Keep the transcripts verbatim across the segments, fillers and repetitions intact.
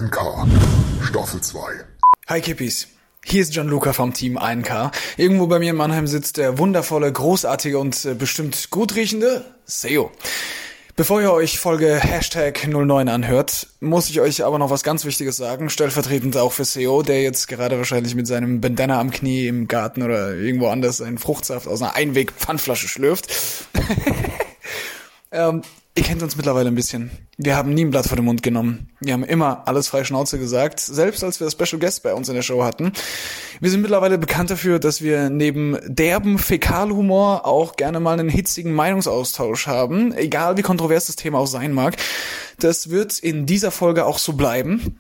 ein K, Staffel zwei. Hi Kippis, hier ist Gianluca vom Team ein K. Irgendwo bei mir in Mannheim sitzt der wundervolle, großartige und äh, bestimmt gut riechende Seo. Bevor ihr euch Folge Hashtag null neun anhört, muss ich euch aber noch was ganz Wichtiges sagen, stellvertretend auch für Seo, der jetzt gerade wahrscheinlich mit seinem Bandana am Knie im Garten oder irgendwo anders einen Fruchtsaft aus einer Einweg-Pfandflasche schlürft. ähm, Ihr kennt uns mittlerweile ein bisschen. Wir haben nie ein Blatt vor den Mund genommen. Wir haben immer alles frei Schnauze gesagt, selbst als wir Special Guest bei uns in der Show hatten. Wir sind mittlerweile bekannt dafür, dass wir neben derben Fäkalhumor auch gerne mal einen hitzigen Meinungsaustausch haben, egal wie kontrovers das Thema auch sein mag. Das wird in dieser Folge auch so bleiben.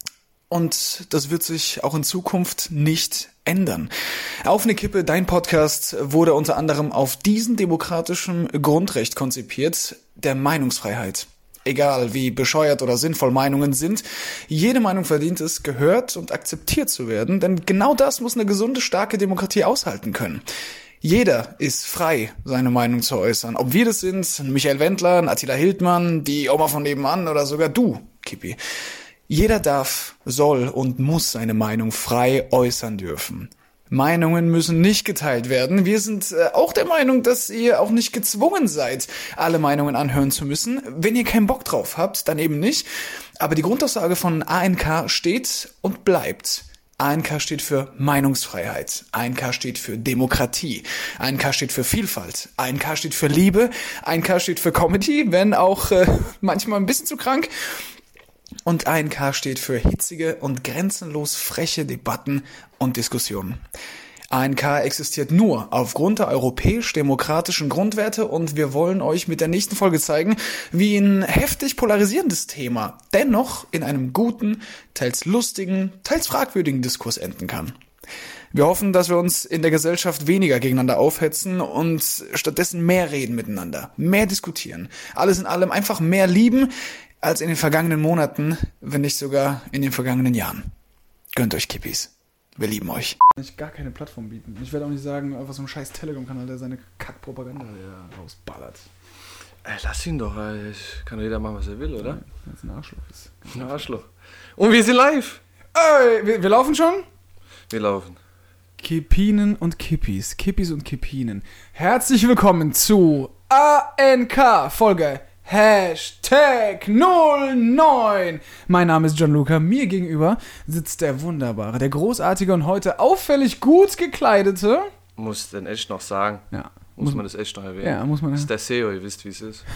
Und das wird sich auch in Zukunft nicht ändern. Auf eine Kippe, dein Podcast wurde unter anderem auf diesen demokratischen Grundrecht konzipiert, der Meinungsfreiheit. Egal wie bescheuert oder sinnvoll Meinungen sind, jede Meinung verdient es, gehört und akzeptiert zu werden, denn genau das muss eine gesunde, starke Demokratie aushalten können. Jeder ist frei, seine Meinung zu äußern. Ob wir das sind, Michael Wendler, Attila Hildmann, die Oma von nebenan oder sogar du, Kippi. Jeder darf, soll und muss seine Meinung frei äußern dürfen. Meinungen müssen nicht geteilt werden. Wir sind äh, auch der Meinung, dass ihr auch nicht gezwungen seid, alle Meinungen anhören zu müssen. Wenn ihr keinen Bock drauf habt, dann eben nicht. Aber die Grundaussage von A N K steht und bleibt. A N K steht für Meinungsfreiheit. A N K steht für Demokratie. A N K steht für Vielfalt. A N K steht für Liebe. A N K steht für Comedy, wenn auch äh, manchmal ein bisschen zu krank. Und A N K steht für hitzige und grenzenlos freche Debatten und Diskussionen. A N K existiert nur aufgrund der europäisch-demokratischen Grundwerte und wir wollen euch mit der nächsten Folge zeigen, wie ein heftig polarisierendes Thema dennoch in einem guten, teils lustigen, teils fragwürdigen Diskurs enden kann. Wir hoffen, dass wir uns in der Gesellschaft weniger gegeneinander aufhetzen und stattdessen mehr reden miteinander, mehr diskutieren. Alles in allem einfach mehr lieben als in den vergangenen Monaten, wenn nicht sogar in den vergangenen Jahren. Gönnt euch Kippis. Wir lieben euch. Ich gar keine Plattform bieten. Ich werde auch nicht sagen, einfach so ein scheiß Telegram-Kanal, der seine Kackpropaganda rausballert. Ey, lass ihn doch, ey. Kann jeder machen, was er will, oder? Wenn es ein Arschloch ist. Ein Arschloch. Und wir sind live. Ey, wir, wir laufen schon? Wir laufen. Kippinen und Kippis. Kippis und Kippinen. Herzlich willkommen zu A N K Folge Hashtag null neun. Mein Name ist Gianluca. Mir gegenüber sitzt der wunderbare, der großartige und heute auffällig gut gekleidete. Muss denn echt noch sagen. Ja. Muss, muss man das echt noch erwähnen. Ja, muss man. Das ist der Seo, ihr wisst, wie es ist.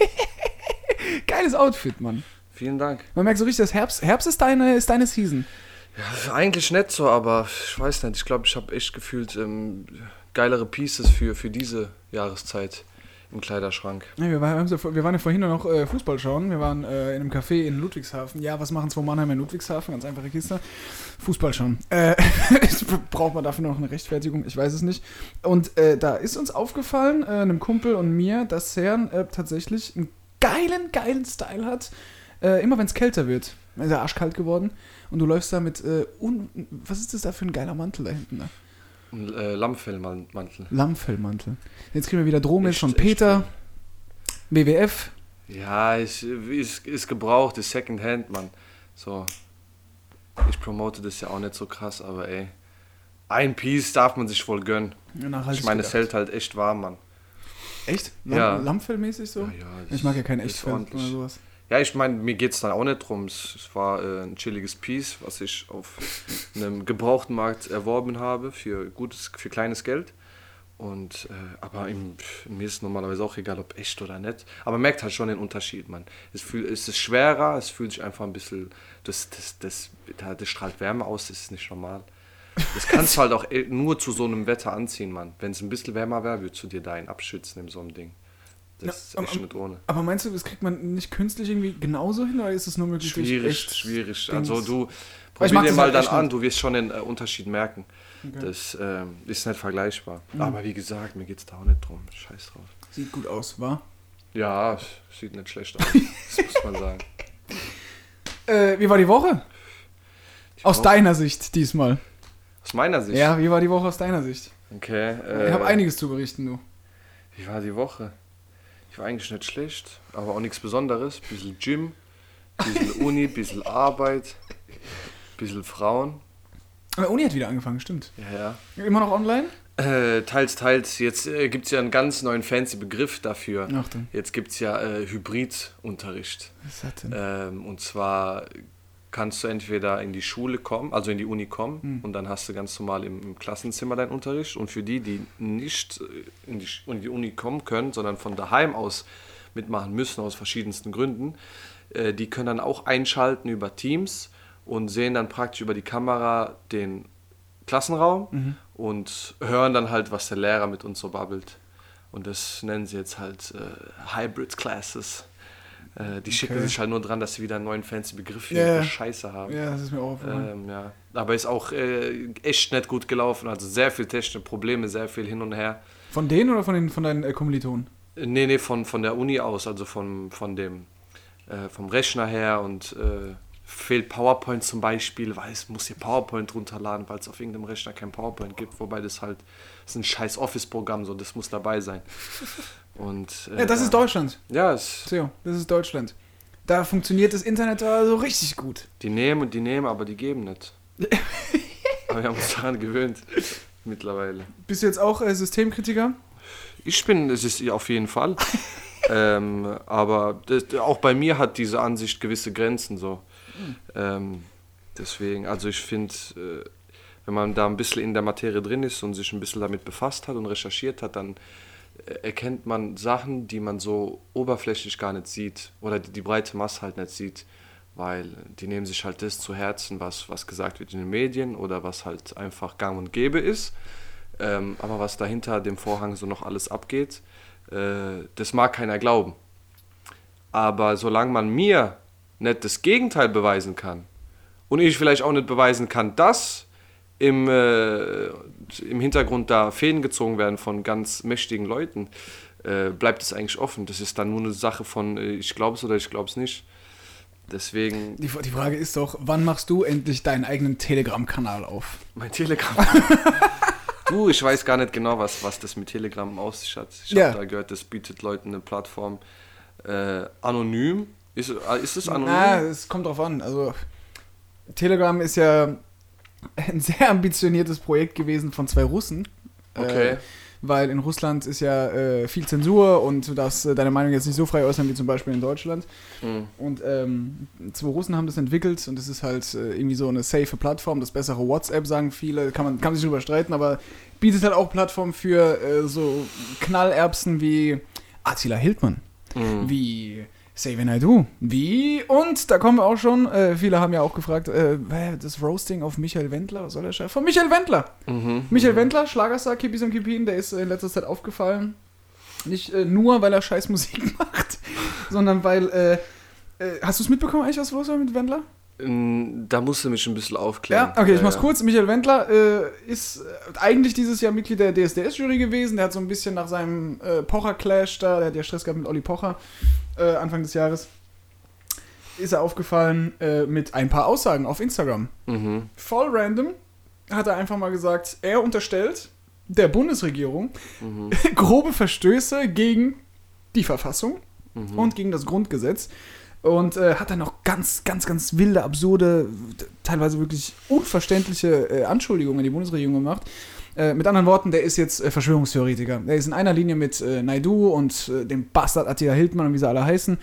Geiles Outfit, Mann. Vielen Dank. Man merkt so richtig, dass Herbst, Herbst ist deine, ist deine Season. Ja, eigentlich nicht so, aber ich weiß nicht. Ich glaube, ich habe echt gefühlt ähm, geilere Pieces für, für diese Jahreszeit im Kleiderschrank. Ja, wir, waren, wir waren ja vorhin noch äh, Fußball schauen. Wir waren äh, in einem Café in Ludwigshafen. Ja, was machen zwei Mannheim in Ludwigshafen? Ganz einfache Kiste. Fußball schauen. Äh, braucht man dafür noch eine Rechtfertigung? Ich weiß es nicht. Und äh, da ist uns aufgefallen, äh, einem Kumpel und mir, dass Cern äh, tatsächlich einen geilen, geilen Style hat. Äh, immer wenn es kälter wird. Ist ja arschkalt geworden. Und du läufst da mit, äh, un- was ist das da für ein geiler Mantel da hinten? Da? Ein äh, Lammfellmantel. Lammfellmantel. Jetzt kriegen wir wieder Drohmails von Peter. B W F. Ja, ist, ist, ist gebraucht, ist Secondhand, Mann. So. Ich promote das ja auch nicht so krass, aber ey. Ein Piece darf man sich wohl gönnen. Ja, ich meine, es hält halt echt warm, Mann. Echt? Lam- ja. Lammfellmäßig so? Ja, ja, ich mag ja kein Echtfell oder sowas. Ja, ich meine, mir geht es dann auch nicht drum. Es, es war äh, ein chilliges Piece, was ich auf einem gebrauchten Markt erworben habe für gutes, für kleines Geld. Und, äh, aber im, mir ist normalerweise auch egal, ob echt oder nicht. Aber man merkt halt schon den Unterschied, man. Es, fühl, es ist schwerer, es fühlt sich einfach ein bisschen, das, das, das, das, das strahlt Wärme aus, das ist nicht normal. Das kannst du halt auch nur zu so einem Wetter anziehen, Mann. Wenn es ein bisschen wärmer wäre, würdest du dir da einen abschützen in so einem Ding. Das ja, ist echt nicht ohne. Aber meinst du, das kriegt man nicht künstlich irgendwie genauso hin, oder ist es nur möglich? Schwierig, schwierig. Dings? Also du probier probier dir mal halt dann an, nicht. Du wirst schon den äh, Unterschied merken. Okay. Das ähm, ist nicht vergleichbar. Mhm. Aber wie gesagt, mir geht's da auch nicht drum. Scheiß drauf. Sieht gut aus, wa? Ja, sieht nicht schlecht aus. Das muss man sagen. Äh, wie war die Woche? Die aus Woche? Deiner Sicht diesmal. Aus meiner Sicht? Ja, wie war die Woche aus deiner Sicht? Okay. Äh, ich habe einiges zu berichten, du. Wie war die Woche? Ich war eigentlich nicht schlecht, aber auch nichts Besonderes. Bisschen Gym, Bisschen Uni, bisschen Arbeit, bisschen Frauen. Aber Uni hat wieder angefangen, stimmt. Ja, ja. Immer noch online? Äh, teils, teils. Jetzt äh, gibt es ja einen ganz neuen fancy Begriff dafür. Achtung. Jetzt gibt es ja äh, Hybridunterricht. Was ist das denn? Ähm, und zwar kannst du entweder in die Schule kommen, also in die Uni kommen, Hm. und dann hast du ganz normal im, im Klassenzimmer deinen Unterricht. Und für die, die nicht in die, in die Uni kommen können, sondern von daheim aus mitmachen müssen, aus verschiedensten Gründen, äh, die können dann auch einschalten über Teams und sehen dann praktisch über die Kamera den Klassenraum Mhm. und hören dann halt, was der Lehrer mit uns so babbelt. Und das nennen sie jetzt halt äh, Hybrid Classes. Äh, die schicken Okay. sich halt nur dran, dass sie wieder einen neuen fancy Begriff für Ja, ihre ja. Scheiße haben. Ja, das ist mir auch aufgefallen. Ähm, ja. Aber ist auch äh, echt nicht gut gelaufen. Also sehr viel technische Probleme, sehr viel hin und her. Von denen oder von, den, von deinen äh, Kommilitonen? Äh, Nee, nee, von, von der Uni aus, also von, von dem, äh, vom Rechner her, und äh, fehlt PowerPoint zum Beispiel, weil es muss hier PowerPoint runterladen, weil es auf irgendeinem Rechner kein PowerPoint gibt, wobei das halt, das ist ein scheiß Office-Programm, so, das muss dabei sein. Und, äh, Ja, das ist Deutschland. Ja, es, Theo, das ist Deutschland. Da funktioniert das Internet aber so richtig gut. die nehmen und die nehmen, aber die geben nicht. Aber wir haben uns daran gewöhnt, mittlerweile. Bist du jetzt auch äh, Systemkritiker? Ich bin, es ist auf jeden Fall. ähm, aber das, auch bei mir hat diese Ansicht gewisse Grenzen so. Ähm, deswegen, also ich finde, äh, wenn man da ein bisschen in der Materie drin ist und sich ein bisschen damit befasst hat und recherchiert hat, dann äh, erkennt man Sachen, die man so oberflächlich gar nicht sieht oder die, die breite Masse halt nicht sieht, weil die nehmen sich halt das zu Herzen, was, was gesagt wird in den Medien oder was halt einfach gang und gäbe ist. Ähm, aber was dahinter dem Vorhang so noch alles abgeht, äh, das mag keiner glauben. Aber solange man mir nicht das Gegenteil beweisen kann und ich vielleicht auch nicht beweisen kann, dass im, äh, im Hintergrund da Fäden gezogen werden von ganz mächtigen Leuten, äh, bleibt es eigentlich offen. Das ist dann nur eine Sache von äh, ich glaube es oder ich glaube es nicht. Deswegen Die, die Frage ist doch, wann machst du endlich deinen eigenen Telegram-Kanal auf? mein Telegram. Du, ich weiß gar nicht genau, was, was das mit Telegram auf sich hat. Ich Ja. habe da gehört, das bietet Leuten eine Plattform äh, anonym. Ist, äh, ist es anonym? Na, es kommt drauf an. Also, Telegram ist ja ein sehr ambitioniertes Projekt gewesen von zwei Russen. Okay. Äh, weil in Russland ist ja äh, viel Zensur und du darfst äh, deine Meinung jetzt nicht so frei äußern wie zum Beispiel in Deutschland. Mhm. Und ähm, zwei Russen haben das entwickelt und es ist halt äh, irgendwie so eine safe Plattform, das bessere WhatsApp, sagen viele, kann man, kann man sich drüber streiten, aber bietet halt auch Plattform für äh, so Knallerbsen wie Attila Hildmann, Mhm. wie Xavier Naidoo, wie, und da kommen wir auch schon, äh, viele haben ja auch gefragt, äh, hä, das Roasting auf Michael Wendler, was soll der Scheiß? Von Michael Wendler! Mhm. Michael Wendler, Schlagerstar, Kippis und Kippin, der ist in letzter Zeit aufgefallen. Nicht äh, nur, weil er scheiß Musik macht, sondern weil, äh, äh, hast du es mitbekommen eigentlich, was los war mit Wendler? Ähm, Da musst du mich ein bisschen aufklären. Ja, okay, ich mach's ja. kurz. Michael Wendler äh, ist äh, eigentlich dieses Jahr Mitglied der D S D S-Jury gewesen. Der hat so ein bisschen nach seinem äh, Pocher-Clash da, der hat ja Stress gehabt mit Olli Pocher äh, Anfang des Jahres, ist er aufgefallen äh, mit ein paar Aussagen auf Instagram. Mhm. Voll random hat er einfach mal gesagt, er unterstellt der Bundesregierung Mhm. grobe Verstöße gegen die Verfassung Mhm. und gegen das Grundgesetz. Und äh, hat dann noch ganz, ganz, ganz wilde, absurde, teilweise wirklich unverständliche äh, Anschuldigungen an die Bundesregierung gemacht. Äh, mit anderen Worten, der ist jetzt äh, Verschwörungstheoretiker. Der ist in einer Linie mit äh, Naidoo und äh, dem Bastard Attila Hildmann und wie sie alle heißen.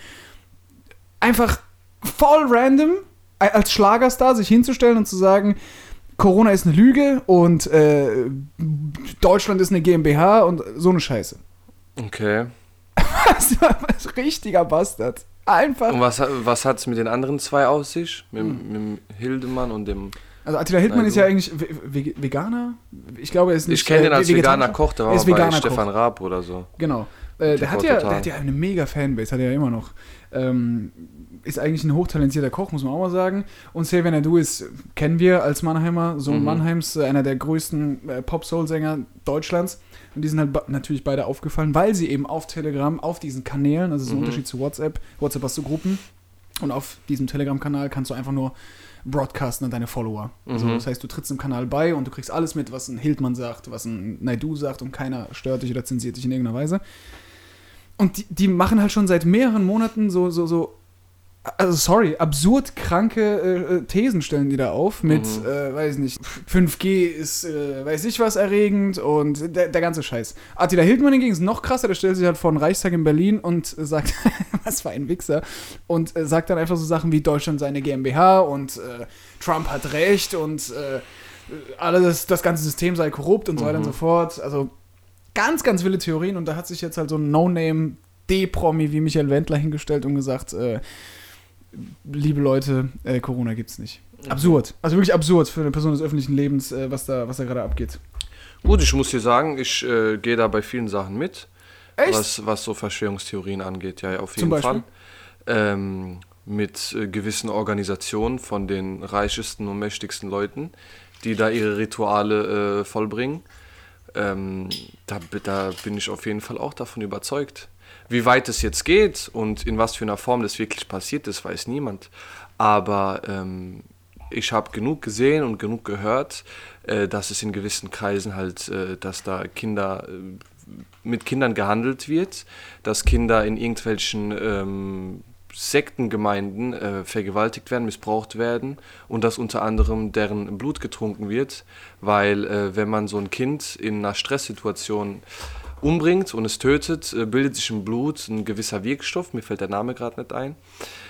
Einfach voll random, äh, als Schlagerstar sich hinzustellen und zu sagen, Corona ist eine Lüge und äh, Deutschland ist eine GmbH und so eine Scheiße. Okay. Das war ein richtiger Bastard. Einfach. Und was, was hat es mit den anderen zwei aus sich? Mit, Hm. mit dem Hildemann und dem... Also Attila Hildmann Nein, ist du. ja eigentlich ve- ve- Veganer. Ich glaube, er ist nicht Ich kenne den äh, als vegetarisch. veganer Koch, der Er war ist bei veganer Stefan Koch. Raab oder so. Genau. Äh, der, Der hat war ja, total. der hat ja eine mega Fanbase, hat er ja immer noch. Ähm, ist eigentlich ein hochtalentierter Koch, muss man auch mal sagen. Und Xavier Naidoo ist, kennen wir als Mannheimer, Sohn Mhm. Mannheims, äh, einer der größten äh, Pop-Soul-Sänger Deutschlands. Und die sind halt ba- natürlich beide aufgefallen, weil sie eben auf Telegram, auf diesen Kanälen, also so ein Mhm. Unterschied zu WhatsApp, WhatsApp hast du Gruppen und auf diesem Telegram-Kanal kannst du einfach nur broadcasten an deine Follower. Also, Mhm. das heißt, du trittst im Kanal bei und du kriegst alles mit, was ein Hildmann sagt, was ein Naidoo sagt und keiner stört dich oder zensiert dich in irgendeiner Weise. Und die, die machen halt schon seit mehreren Monaten so, so, so also sorry, absurd kranke äh, Thesen stellen die da auf mit, mhm. äh, weiß nicht, fünf G ist, äh, weiß ich was, erregend und der, der ganze Scheiß. Attila Hildmann hingegen ist noch krasser, der stellt sich halt vor den Reichstag in Berlin und sagt, was für ein Wichser, und äh, sagt dann einfach so Sachen wie Deutschland seine GmbH und äh, Trump hat recht und äh, alles, das ganze System sei korrupt und so weiter mhm. und so fort. Also ganz, ganz wilde Theorien, und da hat sich jetzt halt so ein No-Name D-Promi wie Michael Wendler hingestellt und gesagt, äh, liebe Leute, äh, Corona gibt's nicht. Absurd. Also wirklich absurd für eine Person des öffentlichen Lebens, äh, was da, was da gerade abgeht. Gut, ich muss dir sagen, ich äh, gehe da bei vielen Sachen mit. Echt? Was, was so Verschwörungstheorien angeht. Ja, auf Zum jeden Beispiel? Fall. Ähm, mit äh, gewissen Organisationen von den reichesten und mächtigsten Leuten, die da ihre Rituale äh, vollbringen. Ähm, da, da bin ich auf jeden Fall auch davon überzeugt. Wie weit es jetzt geht und in was für einer Form das wirklich passiert ist, weiß niemand. Aber ähm, ich habe genug gesehen und genug gehört, äh, dass es in gewissen Kreisen halt, äh, dass da Kinder, äh, mit Kindern gehandelt wird, dass Kinder in irgendwelchen ähm, Sektengemeinden äh, vergewaltigt werden, missbraucht werden und dass unter anderem deren Blut getrunken wird, weil äh, wenn man so ein Kind in einer Stresssituation umbringt und es tötet, bildet sich im Blut ein gewisser Wirkstoff, mir fällt der Name gerade nicht ein,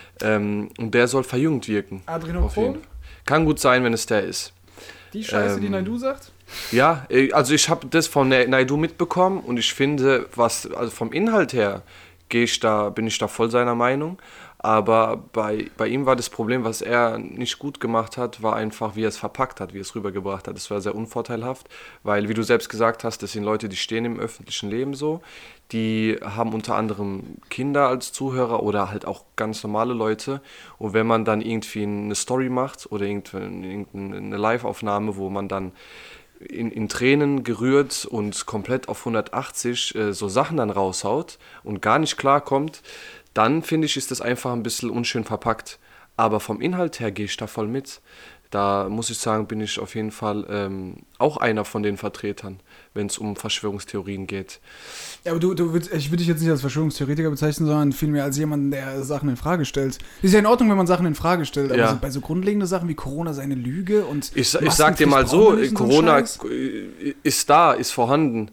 ähm, und der soll verjüngt wirken. Adrenochrom? Kann gut sein, wenn es der ist. Die Scheiße, ähm, die Naidu sagt? Ja, also ich habe das von Naidu mitbekommen und ich finde, was, also vom Inhalt her gehe ich da, bin ich da voll seiner Meinung. Aber bei, bei ihm war das Problem, was er nicht gut gemacht hat, war einfach, wie er es verpackt hat, wie er es rübergebracht hat. Das war sehr unvorteilhaft, weil, wie du selbst gesagt hast, das sind Leute, die stehen im öffentlichen Leben so, die haben unter anderem Kinder als Zuhörer oder halt auch ganz normale Leute. Und wenn man dann irgendwie eine Story macht oder irgendeine Live-Aufnahme, wo man dann In, in Tränen gerührt und komplett auf hundertachtzig äh, so Sachen dann raushaut und gar nicht klarkommt, dann finde ich, ist das einfach ein bisschen unschön verpackt. Aber vom Inhalt her gehe ich da voll mit. Da muss ich sagen, bin ich auf jeden Fall ähm, auch einer von den Vertretern, wenn es um Verschwörungstheorien geht. Ja, aber du, du würd, ich würde dich jetzt nicht als Verschwörungstheoretiker bezeichnen, sondern vielmehr als jemanden, der Sachen in Frage stellt. Ist ja in Ordnung, wenn man Sachen in Frage stellt, aber Ja. so, bei so grundlegenden Sachen wie Corona sei eine Lüge und Ich, ich sag dir mal so, Maskenpflicht Corona brauchen wir nicht und so einen Scheiß. ist da, ist vorhanden.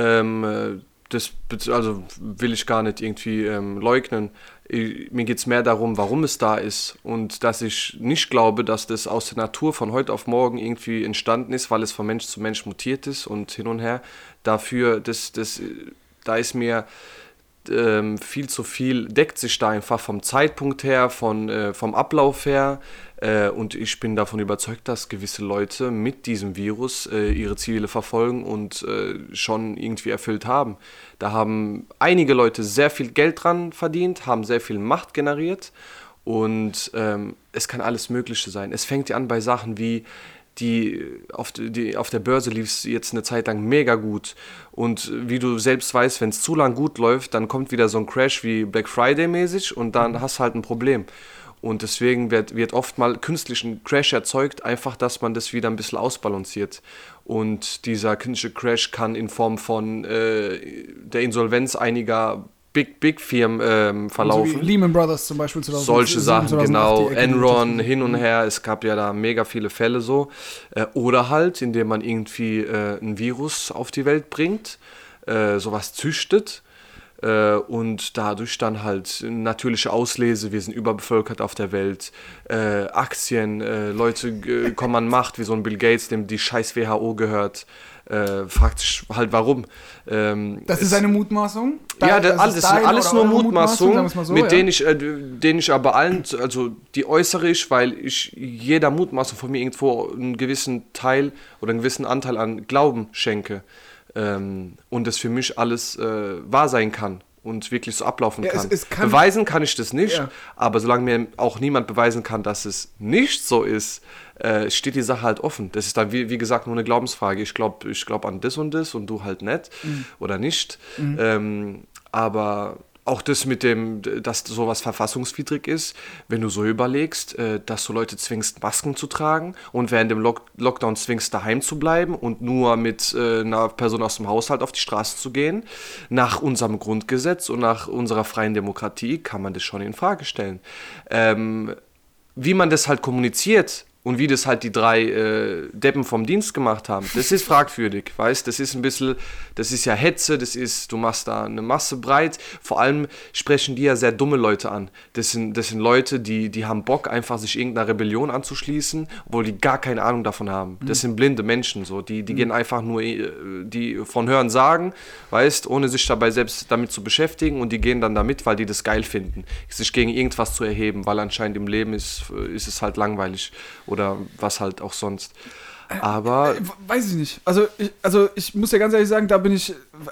Ähm, das also will ich gar nicht irgendwie ähm, leugnen. Ich, mir geht es mehr darum, warum es da ist und dass ich nicht glaube, dass das aus der Natur von heute auf morgen irgendwie entstanden ist, weil es von Mensch zu Mensch mutiert ist und hin und her. Dafür, das, das, da ist mir ähm, viel zu viel, deckt sich da einfach vom Zeitpunkt her, von, äh, vom Ablauf her. Äh, und ich bin davon überzeugt, dass gewisse Leute mit diesem Virus äh, ihre Ziele verfolgen und äh, schon irgendwie erfüllt haben. Da haben einige Leute sehr viel Geld dran verdient, haben sehr viel Macht generiert und ähm, es kann alles Mögliche sein. Es fängt ja an bei Sachen wie, die auf, die auf der Börse lief es jetzt eine Zeit lang mega gut und wie du selbst weißt, wenn es zu lang gut läuft, dann kommt wieder so ein Crash wie Black Friday mäßig und dann hast du halt ein Problem. Und deswegen wird, wird oft mal künstlich ein Crash erzeugt, einfach, dass man das wieder ein bisschen ausbalanciert. Und dieser künstliche Crash kann in Form von äh, der Insolvenz einiger Big, Big Firmen ähm, verlaufen. So wie Lehman Brothers zum Beispiel. Solche Sachen, genau. Enron, hin und her. Es gab ja da mega viele Fälle so. Äh, oder halt, indem man irgendwie äh, ein Virus auf die Welt bringt, äh, sowas züchtet. Äh, und dadurch dann halt natürliche Auslese, wir sind überbevölkert auf der Welt, äh, Aktien, äh, Leute äh, kommen an Macht, wie so ein Bill Gates, dem die scheiß W H O gehört, äh, fragt sich halt warum. Ähm, das ist eine Mutmaßung? Ja, das, alles, das sind alles nur Mutmaßungen, Mutmaßung, so, mit ja. denen ich, äh, denen ich aber allen, also die äußere ich, weil ich jeder Mutmaßung von mir irgendwo einen gewissen Teil oder einen gewissen Anteil an Glauben schenke. Ähm, und das für mich alles äh, wahr sein kann und wirklich so ablaufen ja, kann. Es, es kann. Beweisen kann ich das nicht, ja. aber solange mir auch niemand beweisen kann, dass es nicht so ist, äh, steht die Sache halt offen. Das ist dann, wie, wie gesagt, nur eine Glaubensfrage. Ich glaube ich glaub an das und das und du halt nicht mhm. oder nicht. Mhm. Ähm, aber auch das mit dem, dass sowas verfassungswidrig ist, wenn du so überlegst, äh, dass du Leute zwingst, Masken zu tragen und während dem Lock- Lockdown zwingst, daheim zu bleiben und nur mit äh, einer Person aus dem Haushalt auf die Straße zu gehen. Nach unserem Grundgesetz und nach unserer freien Demokratie kann man das schon in Frage stellen. Ähm, wie man das halt kommuniziert und wie das halt die drei äh, Deppen vom Dienst gemacht haben, das ist fragwürdig, weißt, das ist ein bisschen, das ist ja Hetze, das ist, du machst da eine Masse breit, vor allem sprechen die ja sehr dumme Leute an, das sind, das sind Leute, die, die haben Bock, einfach sich irgendeiner Rebellion anzuschließen, obwohl die gar keine Ahnung davon haben, das sind blinde Menschen, so, die, die mhm. gehen einfach nur, die von Hören sagen, weißt, ohne sich dabei selbst damit zu beschäftigen und die gehen dann damit, weil die das geil finden, sich gegen irgendwas zu erheben, weil anscheinend im Leben ist, ist es halt langweilig oder was halt auch sonst. Aber äh, weiß ich nicht. Also ich, also ich muss ja ganz ehrlich sagen, da bin ich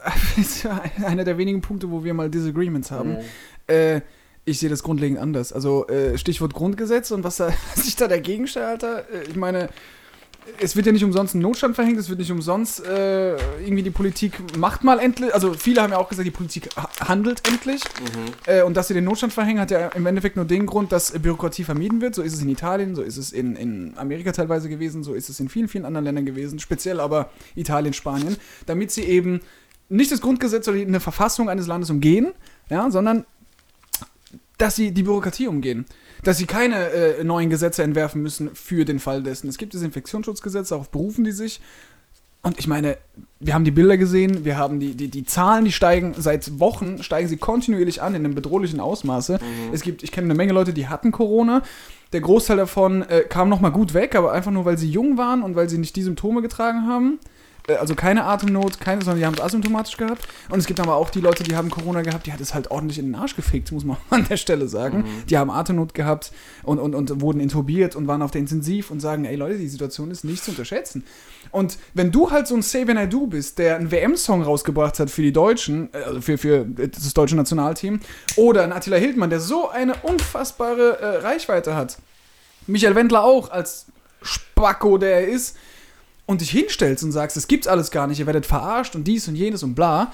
einer der wenigen Punkte, wo wir mal Disagreements haben. Mhm. Äh, ich sehe das grundlegend anders. Also äh, Stichwort Grundgesetz und was da sich da dagegen stellt, Alter. Äh, ich meine, es wird ja nicht umsonst ein Notstand verhängt, es wird nicht umsonst äh, irgendwie die Politik macht mal endlich, also viele haben ja auch gesagt, die Politik ha- handelt endlich mhm. äh, und dass sie den Notstand verhängen, hat ja im Endeffekt nur den Grund, dass Bürokratie vermieden wird, so ist es in Italien, so ist es in, in Amerika teilweise gewesen, so ist es in vielen, vielen anderen Ländern gewesen, speziell aber Italien, Spanien, damit sie eben nicht das Grundgesetz oder eine Verfassung eines Landes umgehen, ja, sondern dass sie die Bürokratie umgehen. Dass sie keine äh, neuen Gesetze entwerfen müssen für den Fall dessen. Es gibt das Infektionsschutzgesetz, darauf berufen die sich. Und ich meine, wir haben die Bilder gesehen, wir haben die, die, die Zahlen, die steigen seit Wochen, steigen sie kontinuierlich an in einem bedrohlichen Ausmaße. Mhm. Es gibt, ich kenne eine Menge Leute, die hatten Corona. Der Großteil davon äh, kam nochmal gut weg, aber einfach nur, weil sie jung waren und weil sie nicht die Symptome getragen haben. Also keine Atemnot, keine, sondern die haben es asymptomatisch gehabt. Und es gibt aber auch die Leute, die haben Corona gehabt, die hat es halt ordentlich in den Arsch gefickt, muss man an der Stelle sagen. Mhm. Die haben Atemnot gehabt und, und, und wurden intubiert und waren auf der Intensiv und sagen, ey Leute, die Situation ist nicht zu unterschätzen. Und wenn du halt so ein Say When I Do bist, der einen W M-Song rausgebracht hat für die Deutschen, also für, für das deutsche Nationalteam, oder ein Attila Hildmann, der so eine unfassbare äh, Reichweite hat, Michael Wendler auch als Spacko, der er ist, und dich hinstellst und sagst, das gibt's alles gar nicht, ihr werdet verarscht und dies und jenes und bla.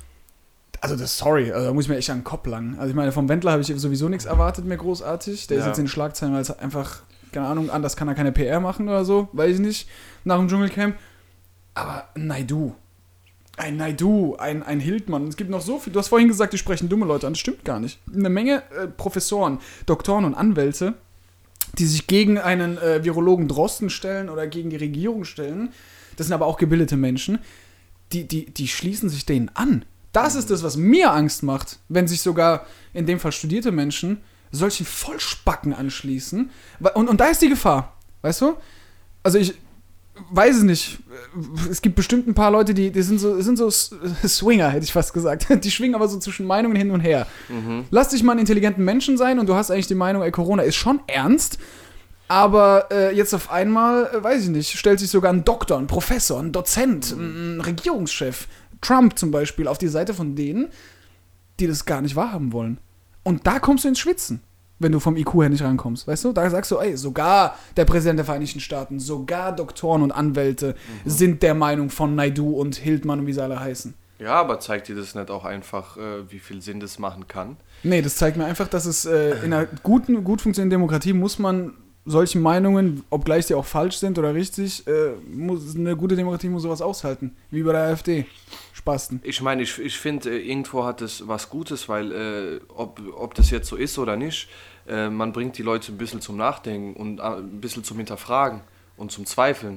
Also das, sorry, also da muss ich mir echt an den Kopf langen. Also ich meine, vom Wendler habe ich sowieso nichts erwartet mehr großartig. Der ja. ist jetzt in den Schlagzeilen, weil es einfach, keine Ahnung, anders kann er keine P R machen oder so, weiß ich nicht, nach dem Dschungelcamp. Aber Naidu, ein Naidu, ein, ein Hildmann, es gibt noch so viel, du hast vorhin gesagt, die sprechen dumme Leute an, das stimmt gar nicht. Eine Menge äh, Professoren, Doktoren und Anwälte, die sich gegen einen äh, Virologen Drosten stellen oder gegen die Regierung stellen, das sind aber auch gebildete Menschen, die, die, die schließen sich denen an. Das ist das, was mir Angst macht, wenn sich sogar, in dem Fall studierte Menschen, solchen Vollspacken anschließen. Und, und da ist die Gefahr, weißt du? Also ich weiß es nicht. Es gibt bestimmt ein paar Leute, die, die sind so, sind so Swinger, hätte ich fast gesagt. Die schwingen aber so zwischen Meinungen hin und her. Mhm. Lass dich mal einen intelligenten Menschen sein und du hast eigentlich die Meinung, ey, Corona ist schon ernst, aber äh, jetzt auf einmal, äh, weiß ich nicht, stellt sich sogar ein Doktor, ein Professor, ein Dozent, mhm. ein Regierungschef, Trump zum Beispiel, auf die Seite von denen, die das gar nicht wahrhaben wollen. Und da kommst du ins Schwitzen, wenn du vom I Q her nicht rankommst, weißt du? Da sagst du, ey, sogar der Präsident der Vereinigten Staaten, sogar Doktoren und Anwälte mhm. sind der Meinung von Naidu und Hildmann und wie sie alle heißen. Ja, aber zeigt dir das nicht auch einfach, äh, wie viel Sinn das machen kann? Nee, das zeigt mir einfach, dass es äh, in einer guten, gut funktionierenden Demokratie muss man solchen Meinungen, obgleich sie auch falsch sind oder richtig, äh, muss, eine gute Demokratie muss sowas aushalten, wie bei der AfD. Spasten. Ich meine, ich, ich finde, irgendwo hat es was Gutes, weil äh, ob, ob das jetzt so ist oder nicht, äh, man bringt die Leute ein bisschen zum Nachdenken und äh, ein bisschen zum Hinterfragen und zum Zweifeln.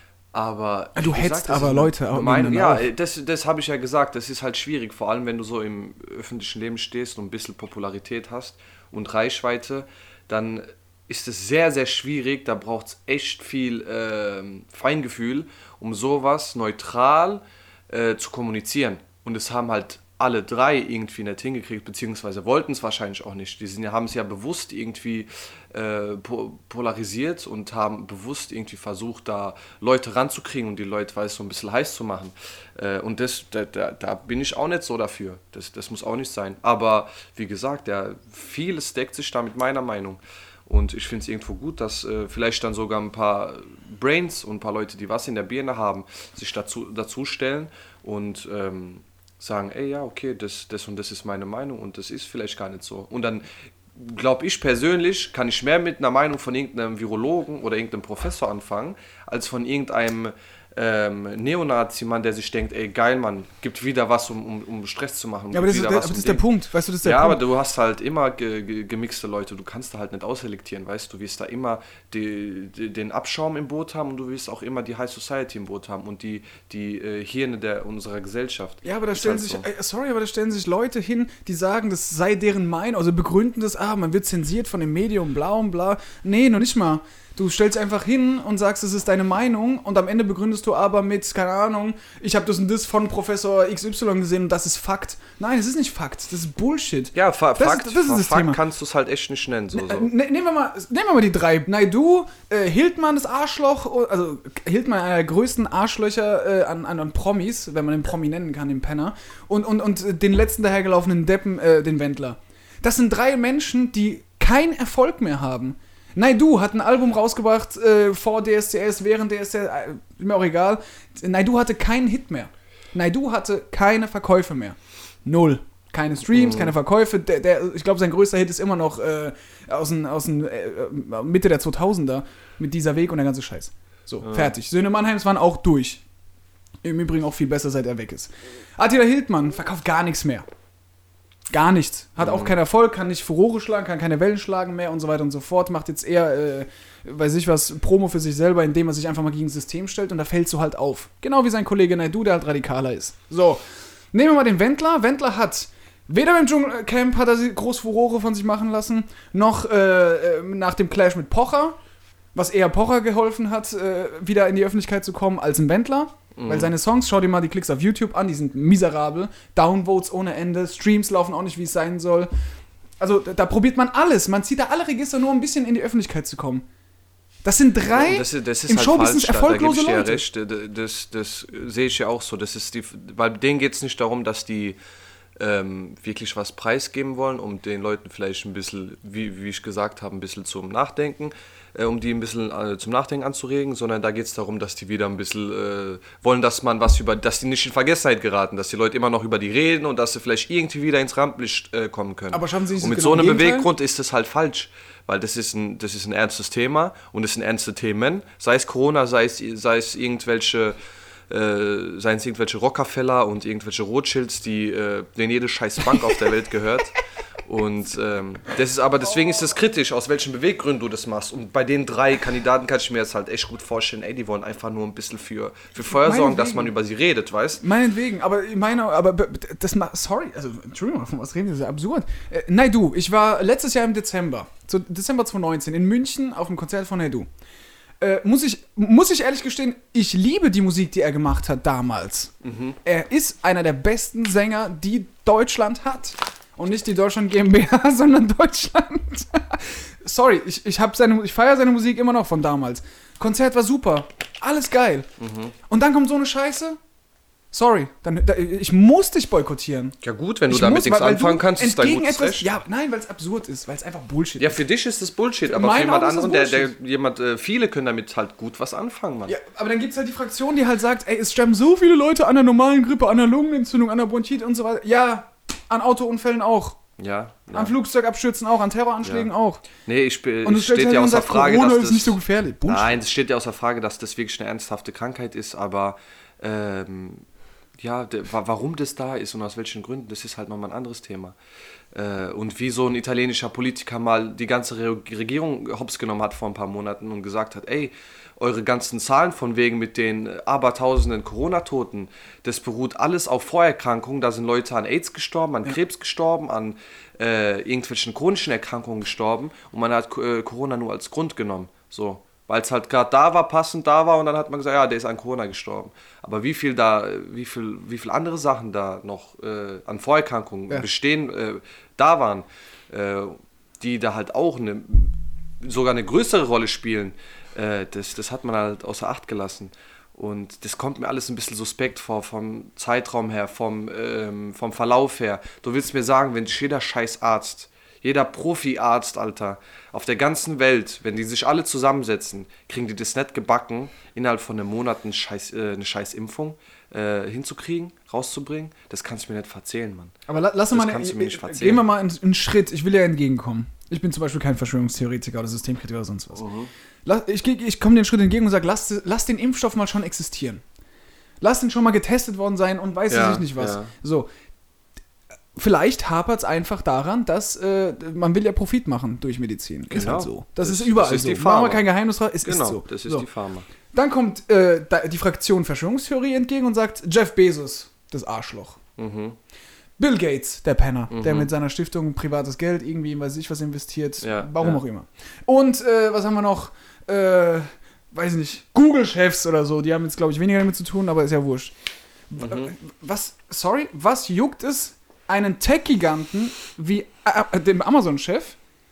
Aber du hetzt aber Leute auch. Meine, ja, auf. das, das habe ich ja gesagt, das ist halt schwierig, vor allem wenn du so im öffentlichen Leben stehst und ein bisschen Popularität hast und Reichweite, dann ist es sehr, sehr schwierig, da braucht es echt viel äh, Feingefühl, um sowas neutral äh, zu kommunizieren. Und es haben halt alle drei irgendwie nicht hingekriegt, beziehungsweise wollten es wahrscheinlich auch nicht. Die sind, haben es ja bewusst irgendwie äh, po- polarisiert und haben bewusst irgendwie versucht, da Leute ranzukriegen und die Leute, weiß, so ein bisschen heiß zu machen. Äh, und das, da, da, da bin ich auch nicht so dafür. Das, das muss auch nicht sein. Aber wie gesagt, ja, vieles deckt sich da mit meiner Meinung. Und ich finde es irgendwo gut, dass äh, vielleicht dann sogar ein paar Brains und ein paar Leute, die was in der Birne haben, sich dazu, dazu stellen und ähm, sagen, ey, ja, okay, das, das und das ist meine Meinung und das ist vielleicht gar nicht so. Und dann glaube ich persönlich, kann ich mehr mit einer Meinung von irgendeinem Virologen oder irgendeinem Professor anfangen, als von irgendeinem ähm, Neonazi-Mann, der sich denkt, ey, geil, Mann, gibt wieder was, um, um, um Stress zu machen. Ja, aber das, ist, wieder der, was, aber das um ist der den- Punkt, weißt du, das ist der Ja, Punkt. aber du hast halt immer ge ge gemixte Leute, du kannst da halt nicht ausselektieren, weißt du, du wirst da immer die, die, den Abschaum im Boot haben und du wirst auch immer die High Society im Boot haben und die, die äh, Hirne der, unserer Gesellschaft. Ja, aber da Ist stellen halt sich, so. äh, sorry, aber da stellen sich Leute hin, die sagen, das sei deren Meinung, also begründen das, ah, man wird zensiert von dem Medium, bla und bla. Nee, noch nicht mal. Du stellst einfach hin und sagst, es ist deine Meinung und am Ende begründest du aber mit, keine Ahnung, ich habe das und das von Professor X Y gesehen und das ist Fakt. Nein, es ist nicht Fakt, das ist Bullshit. Ja, Fa Das ist- Fakt, das ist das Fakt Thema. kannst du es halt echt nicht nennen. So, so. Äh, ne, nehmen, wir mal, nehmen wir mal die drei. Naidu, äh, Hildmann das Arschloch, also Hildmann einer der größten Arschlöcher äh, an, an, an Promis, wenn man den Promi nennen kann, den Penner, und, und, und den letzten dahergelaufenen Deppen, äh, den Wendler. Das sind drei Menschen, die keinen Erfolg mehr haben. Naidu hat ein Album rausgebracht äh, vor D S D S, während D S D S, äh, mir auch egal. Naidu hatte keinen Hit mehr. Naidu hatte keine Verkäufe mehr. Null. Keine Streams, keine Verkäufe. Der, der, ich glaube, sein größter Hit ist immer noch äh, aus den, aus den, äh, Mitte der zweitausender mit dieser Weg und der ganze Scheiß. So, Ja. fertig. Söhne Mannheims waren auch durch. Im Übrigen auch viel besser, seit er weg ist. Attila Hildmann verkauft gar nichts mehr. Gar nichts. Hat auch keinen Erfolg, kann nicht Furore schlagen, kann keine Wellen schlagen mehr und so weiter und so fort. Macht jetzt eher, äh, weiß ich was, Promo für sich selber, indem er sich einfach mal gegen das System stellt und da fällst du halt auf. Genau wie sein Kollege Naidu, der halt radikaler ist. So, nehmen wir mal den Wendler. Wendler hat weder beim Dschungelcamp hat er sie groß Furore von sich machen lassen, noch äh, nach dem Clash mit Pocher, was eher Pocher geholfen hat, äh, wieder in die Öffentlichkeit zu kommen, als ein Wendler. Weil seine Songs, schau dir mal die Klicks auf YouTube an, die sind miserabel. Downvotes ohne Ende, Streams laufen auch nicht, wie es sein soll. Also da, da probiert man alles. Man zieht da alle Register nur, um ein bisschen in die Öffentlichkeit zu kommen. Das sind drei Das, ist- das ist im halt Showbusiness falsch, da, da gebe erfolglose ich dir ja Leute. recht. Das, das, das sehe ich ja auch so. Das ist die, weil denen geht es nicht darum, dass die ähm, wirklich was preisgeben wollen, um den Leuten vielleicht ein bisschen, wie, wie ich gesagt habe, ein bisschen zum Nachdenken, äh, um die ein bisschen äh, zum Nachdenken anzuregen, sondern da geht es darum, dass die wieder ein bisschen äh, wollen, dass man was über, dass die nicht in Vergessenheit geraten, dass die Leute immer noch über die reden und dass sie vielleicht irgendwie wieder ins Rampenlicht äh, kommen können. Aber schaffen Sie nicht und mit genau so einem im Gegenteil? Beweggrund ist das halt falsch, weil das ist ein, das ist ein ernstes Thema und es sind ernste Themen, sei es Corona, sei es, sei es irgendwelche äh, seien es irgendwelche Rockefeller und irgendwelche Rothschilds, die, äh, denen jede scheiß Bank auf der Welt gehört. Und ähm, das ist aber, deswegen ist es kritisch, aus welchen Beweggründen du das machst. Und bei den drei Kandidaten kann ich mir jetzt halt echt gut vorstellen, ey, die wollen einfach nur ein bisschen für, für Feuer sorgen, dass man über sie redet, weißt? Meinetwegen, aber ich meine, aber b- b- das ma- sorry, also Entschuldigung, von was reden wir, das ist ja absurd. Äh, Naidu, ich war letztes Jahr im Dezember, zu Dezember zwanzig neunzehn in München auf dem Konzert von Naidu. Äh, muss ich muss ich ehrlich gestehen, ich liebe die Musik, die er gemacht hat damals. Er ist einer der besten Sänger, die Deutschland hat. Und nicht die Deutschland GmbH, sondern Deutschland. Sorry, ich, ich, hab seine, ich feiere seine Musik immer noch von damals. Konzert war super, alles geil. Und dann kommt so eine Scheiße. Sorry, dann, da, ich muss dich boykottieren. Ja gut, wenn du Ich damit muss, nichts weil- weil anfangen du kannst, ist dein entgegen gutes etwas, Recht. Ja, nein, weil es absurd ist, weil es einfach Bullshit Ja, ist. für dich ist das Bullshit, Für aber für meinen jemand Augen ist das anderen, der, der Bullshit. jemand, äh, viele können damit halt gut was anfangen, Mann. Ja, aber dann gibt es halt die Fraktion, die halt sagt, ey, es sterben so viele Leute an der normalen Grippe, an der Lungenentzündung, an der Bronchitis und so weiter. Ja, an Autounfällen auch. Ja, ja. An Flugzeugabstürzen auch, an Terroranschlägen Ja. auch. Nee, ich spe- Und du es stellst steht halt ja hin und außer sagst, Frage, Corona dass ist das, nicht so gefährlich. Bullshit. Nein, es steht ja außer Frage, dass das wirklich eine ernsthafte Krankheit ist, aber ähm, ja, de, wa- warum das da ist und aus welchen Gründen, das ist halt nochmal ein anderes Thema. Äh, und wie so ein italienischer Politiker mal die ganze Re Regierung hops genommen hat vor ein paar Monaten und gesagt hat, ey, eure ganzen Zahlen von wegen mit den abertausenden Corona-Toten, das beruht alles auf Vorerkrankungen, da sind Leute an AIDS gestorben, an Krebs gestorben, an äh, irgendwelchen chronischen Erkrankungen gestorben und man hat äh, Corona nur als Grund genommen, so. Weil es halt gerade da war, passend da war und dann hat man gesagt, ja, der ist an Corona gestorben. Aber wie viel da, wie viel, wie viel andere Sachen da noch äh, an Vorerkrankungen Ja. bestehen, äh, da waren, äh, die da halt auch eine, sogar eine größere Rolle spielen, äh, das, das hat man halt außer Acht gelassen. Und das kommt mir alles ein bisschen suspekt vor, vom Zeitraum her, vom, ähm, vom Verlauf her. Du willst mir sagen, wenn jeder scheiß Arzt Jeder Profi-Arzt, Alter, auf der ganzen Welt, wenn die sich alle zusammensetzen, kriegen die das nicht gebacken, innerhalb von einem Monat eine scheiß, äh, eine scheiß Impfung äh, hinzukriegen, rauszubringen. Das kannst du mir nicht verzählen, Mann. Aber la, lass uns mal, kannst du mir nicht verzählen. Gehen wir mal einen, einen Schritt. Ich will ja entgegenkommen. Ich bin zum Beispiel kein Verschwörungstheoretiker oder Systemkritiker oder sonst was. Mhm. Lass, ich ich komme den Schritt entgegen und sage, lass, lass den Impfstoff mal schon existieren. Lass den schon mal getestet worden sein und weiß Ja, ich nicht was. ja. So. Vielleicht hapert es einfach daran, dass äh, man will ja Profit machen durch Medizin. Ist Genau. halt so. Das, Das- ist überall das ist so. die Machen wir Pharma. kein Geheimnis draus, es Genau, ist so. das ist so. die Pharma. Dann kommt äh, da, die Fraktion Verschwörungstheorie entgegen und sagt, Jeff Bezos, das Arschloch. Mhm. Bill Gates, der Penner, Mhm. der mit seiner Stiftung privates Geld irgendwie, weiß ich was, investiert. Ja, warum ja. auch immer. Und äh, was haben wir noch? Äh, weiß ich nicht, Google-Chefs oder so, die haben jetzt, glaube ich, weniger damit zu tun, aber ist ja wurscht. Mhm. Was, sorry, was juckt es einen Tech-Giganten wie äh, dem Amazon-Chef,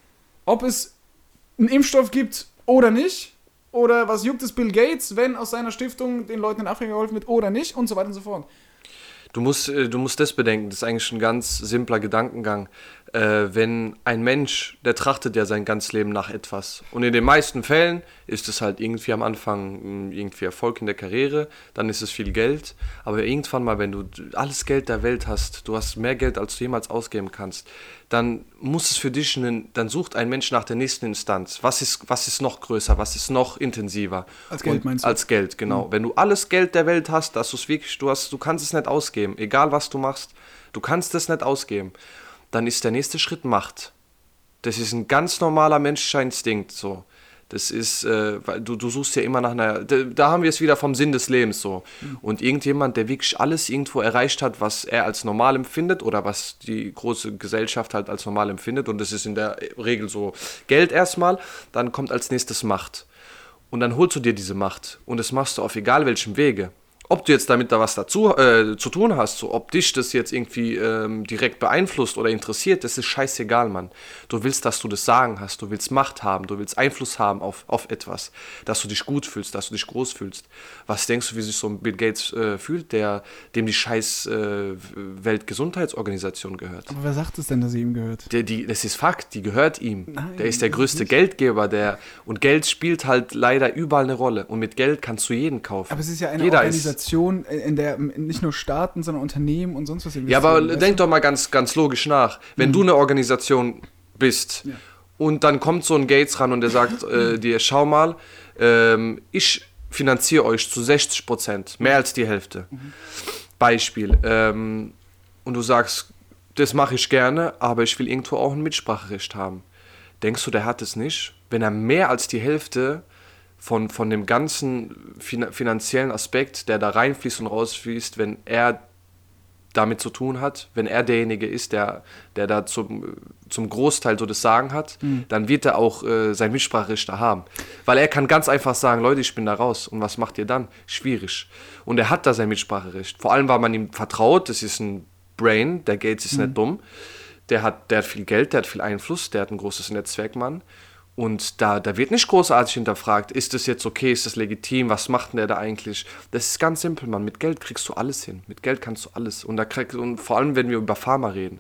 ob es einen Impfstoff gibt oder nicht? Oder was juckt es Bill Gates, wenn aus seiner Stiftung den Leuten in Afrika geholfen wird oder nicht? Und so weiter und so fort. Du musst, äh, du musst das bedenken, das ist eigentlich ein ganz simpler Gedankengang. Äh, wenn ein Mensch, der trachtet ja sein ganzes Leben nach etwas. Und in den meisten Fällen ist es halt irgendwie am Anfang mh, irgendwie Erfolg in der Karriere, dann ist es viel Geld. Aber irgendwann mal, wenn du alles Geld der Welt hast, du hast mehr Geld, als du jemals ausgeben kannst, dann muss es für dich, einen, dann sucht ein Mensch nach der nächsten Instanz. Was ist, was ist noch größer, was ist noch intensiver? Als Geld Und meinst du? Als Geld, genau. Mhm. Wenn du alles Geld der Welt hast, dass du es wirklich, du hast, du kannst es nicht ausgeben, egal was du machst, du kannst es nicht ausgeben, dann ist der nächste Schritt Macht. Das ist ein ganz normaler menschlicher Instinkt, so. Das ist, äh, du, du suchst ja immer nach einer, da, da haben wir es wieder vom Sinn des Lebens, so. Mhm. Und irgendjemand, der wirklich alles irgendwo erreicht hat, was er als normal empfindet oder was die große Gesellschaft halt als normal empfindet, und das ist in der Regel so Geld erstmal, dann kommt als nächstes Macht. Und dann holst du dir diese Macht und das machst du auf egal welchem Wege. Ob du jetzt damit da was dazu äh, zu tun hast, so, ob dich das jetzt irgendwie ähm, direkt beeinflusst oder interessiert, das ist scheißegal, Mann. Du willst, dass du das Sagen hast, du willst Macht haben, du willst Einfluss haben auf, auf etwas, dass du dich gut fühlst, dass du dich groß fühlst. Was denkst du, wie sich so ein Bill Gates äh, fühlt, der, dem die scheiß äh, Weltgesundheitsorganisation gehört? Aber wer sagt es denn, dass sie ihm gehört? Der, die, das ist Fakt, die gehört ihm. Nein, der ist der das größte nicht. Geldgeber, der, und Geld spielt halt leider überall eine Rolle. Und mit Geld kannst du jeden kaufen. Aber es ist ja eine Jeder Organisation, in der nicht nur Staaten, sondern Unternehmen und sonst was investieren. Ja, aber weißt denk du? doch mal ganz, ganz logisch nach. Wenn mhm. du eine Organisation bist Ja. und dann kommt so ein Gates ran und der sagt äh, dir, schau mal, ähm, ich finanziere euch zu sechzig Prozent, mehr als die Hälfte. Mhm. Beispiel. Ähm, und du sagst, das mache ich gerne, aber ich will irgendwo auch ein Mitspracherecht haben. Denkst du, der hat es nicht? Wenn er mehr als die Hälfte von, von dem ganzen fin- finanziellen Aspekt, der da reinfließt und rausfließt, wenn er damit zu tun hat, wenn er derjenige ist, der, der da zum, zum Großteil so das Sagen hat, mhm. dann wird er auch äh, sein Mitspracherecht da haben. Weil er kann ganz einfach sagen, Leute, ich bin da raus. Und was macht ihr dann? Schwierig. Und er hat da sein Mitspracherecht. Vor allem, weil man ihm vertraut, das ist ein Brain, der Gates ist mhm. nicht dumm, der hat, der hat viel Geld, der hat viel Einfluss, der hat ein großes Netzwerk, Mann. Und da, da wird nicht großartig hinterfragt, ist das jetzt okay, ist das legitim, was macht denn der da eigentlich? Das ist ganz simpel, Mann. Mit Geld kriegst du alles hin. Mit Geld kannst du alles. Und, da krieg, und vor allem, wenn wir über Pharma reden.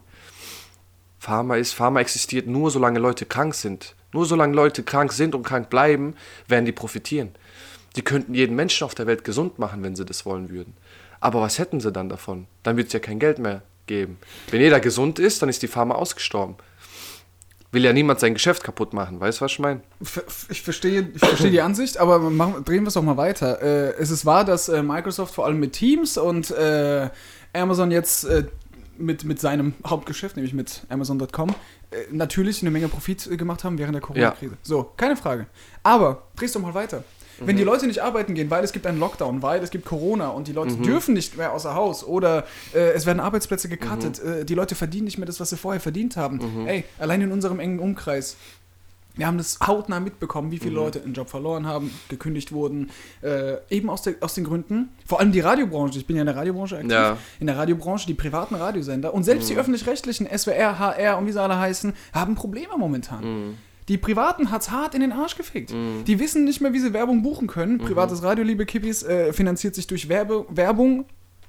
Pharma ist, Pharma existiert nur, solange Leute krank sind. Nur solange Leute krank sind und krank bleiben, werden die profitieren. Die könnten jeden Menschen auf der Welt gesund machen, wenn sie das wollen würden. Aber was hätten sie dann davon? Dann wird es ja kein Geld mehr geben. Wenn jeder gesund ist, dann ist die Pharma ausgestorben. Will ja niemand sein Geschäft kaputt machen, weißt du, was ich meine? Ich verstehe, ich verstehe die Ansicht, aber machen, drehen wir es doch mal weiter. Äh, es ist wahr, dass äh, Microsoft vor allem mit Teams und äh, Amazon jetzt äh, mit, mit seinem Hauptgeschäft, nämlich mit Amazon Punkt com, äh, natürlich eine Menge Profit äh, gemacht haben während der Corona-Krise. Ja. So, keine Frage. Aber drehst doch mal weiter. Mhm. Wenn die Leute nicht arbeiten gehen, weil es gibt einen Lockdown, weil es gibt Corona und die Leute mhm. dürfen nicht mehr außer Haus oder äh, es werden Arbeitsplätze gecuttet, mhm. äh, die Leute verdienen nicht mehr das, was sie vorher verdient haben. Mhm. Ey, allein in unserem engen Umkreis. Wir haben das hautnah mitbekommen, wie viele mhm. Leute einen Job verloren haben, gekündigt wurden, äh, eben aus, der, aus den Gründen, vor allem die Radiobranche, ich bin ja in der Radiobranche aktiv, ja. in der Radiobranche, die privaten Radiosender und selbst mhm. die öffentlich-rechtlichen, S W R, H R und wie sie alle heißen, haben Probleme momentan. Mhm. Die Privaten hat's hart in den Arsch gefickt. Mm. Die wissen nicht mehr, wie sie Werbung buchen können. Mm-hmm. Privates Radio, liebe Kippis, äh, finanziert sich durch Werbe, Werbung,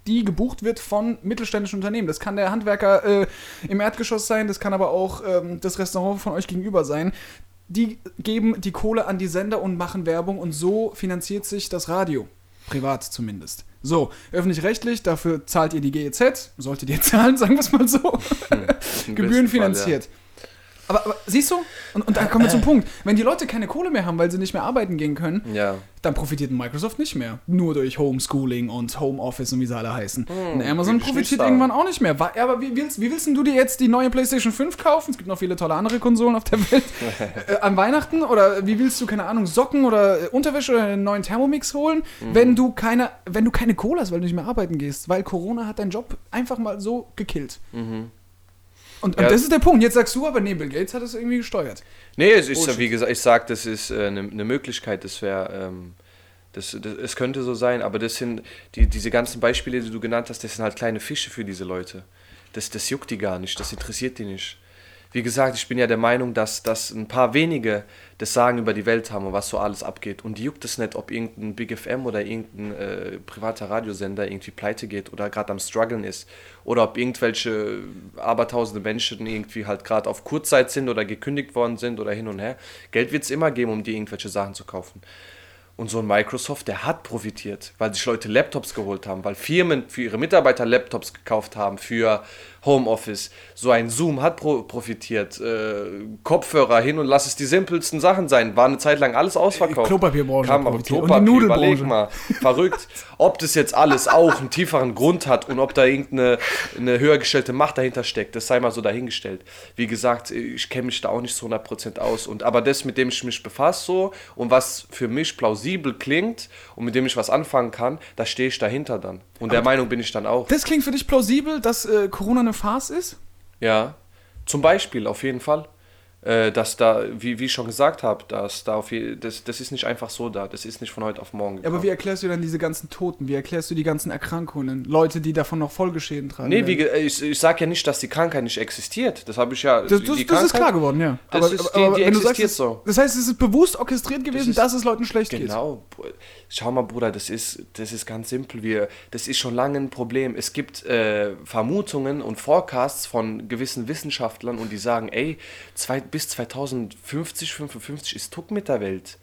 die gebucht wird von mittelständischen Unternehmen. Das kann der Handwerker äh, im Erdgeschoss sein, das kann aber auch ähm, das Restaurant von euch gegenüber sein. Die geben die Kohle an die Sender und machen Werbung und so finanziert sich das Radio. Privat zumindest. So, öffentlich-rechtlich, dafür zahlt ihr die G E Z, solltet ihr zahlen, sagen wir es mal so. Hm, gebührenfinanziert. Fall, ja. Aber, aber siehst du, und, und da kommen wir zum Punkt, wenn die Leute keine Kohle mehr haben, weil sie nicht mehr arbeiten gehen können, ja. dann profitiert Microsoft nicht mehr. Nur durch Homeschooling und Homeoffice und wie sie alle heißen. Hm, und Amazon profitiert irgendwann auch nicht mehr. Ja, aber wie willst, wie willst denn du dir jetzt die neue PlayStation fünf kaufen? Es gibt noch viele tolle andere Konsolen auf der Welt. äh, an Weihnachten? Oder wie willst du, keine Ahnung, Socken oder Unterwäsche oder einen neuen Thermomix holen, mhm. wenn du keine, wenn du keine Kohle hast, weil du nicht mehr arbeiten gehst? Weil Corona hat deinen Job einfach mal so gekillt. Mhm. Und, ja. und das ist der Punkt. Jetzt sagst du aber, nee, Bill Gates hat das irgendwie gesteuert. Nee, es ist, oh, wie gesagt, ich sag, das ist eine äh, ne Möglichkeit, das wäre, ähm, das, das, es könnte so sein, aber das sind, die, diese ganzen Beispiele, die du genannt hast, das sind halt kleine Fische für diese Leute. Das, das juckt die gar nicht, das interessiert die nicht. Wie gesagt, ich bin ja der Meinung, dass, dass ein paar wenige das Sagen über die Welt haben und was so alles abgeht. Und die juckt es nicht, ob irgendein Big F M oder irgendein äh, privater Radiosender irgendwie pleite geht oder gerade am Struggeln ist. Oder ob irgendwelche abertausende Menschen irgendwie halt gerade auf Kurzzeit sind oder gekündigt worden sind oder hin und her. Geld wird es immer geben, um dir irgendwelche Sachen zu kaufen. Und so ein Microsoft, der hat profitiert, weil sich Leute Laptops geholt haben, weil Firmen für ihre Mitarbeiter Laptops gekauft haben, für Homeoffice. So ein Zoom hat pro- profitiert. Äh, Kopfhörer hin und lass es die simpelsten Sachen sein. War eine Zeit lang alles ausverkauft. Klopapierbranche. Kam aber Klopapier, und die Nudelbranche. Überleg mal. Verrückt. Ob das jetzt alles auch einen tieferen Grund hat und ob da irgendeine eine höher gestellte Macht dahinter steckt, das sei mal so dahingestellt. Wie gesagt, ich kenne mich da auch nicht zu hundert Prozent aus. Und, aber das, mit dem ich mich befasse so und was für mich plausibel klingt und mit dem ich was anfangen kann, da stehe ich dahinter dann. Und der aber Meinung bin ich dann auch. Das klingt für dich plausibel, dass äh, Corona eine Farce ist? Ja, zum Beispiel, auf jeden Fall. Äh, dass da, wie, wie ich schon gesagt habe, dass da auf je, das, das ist nicht einfach so da, das ist nicht von heute auf morgen gekommen. Aber wie erklärst du dann diese ganzen Toten? Wie erklärst du die ganzen Erkrankungen? Leute, die davon noch Folgeschäden tragen? Nee, wie, ich, ich sage ja nicht, dass die Krankheit nicht existiert. Das habe ich ja... Das, das, das ist klar geworden, ja. Das aber, ist, die, aber die wenn existiert du sagst, so. Das heißt, es ist bewusst orchestriert gewesen, das ist, dass es Leuten schlecht genau. geht. Genau. Schau mal, Bruder, das ist, das ist ganz simpel. Wir, das ist schon lange ein Problem. Es gibt äh, Vermutungen und Forecasts von gewissen Wissenschaftlern und die sagen, ey, zwei, bis zweitausendfünfzig, fünfundfünfzig ist Tuck mit der Welt.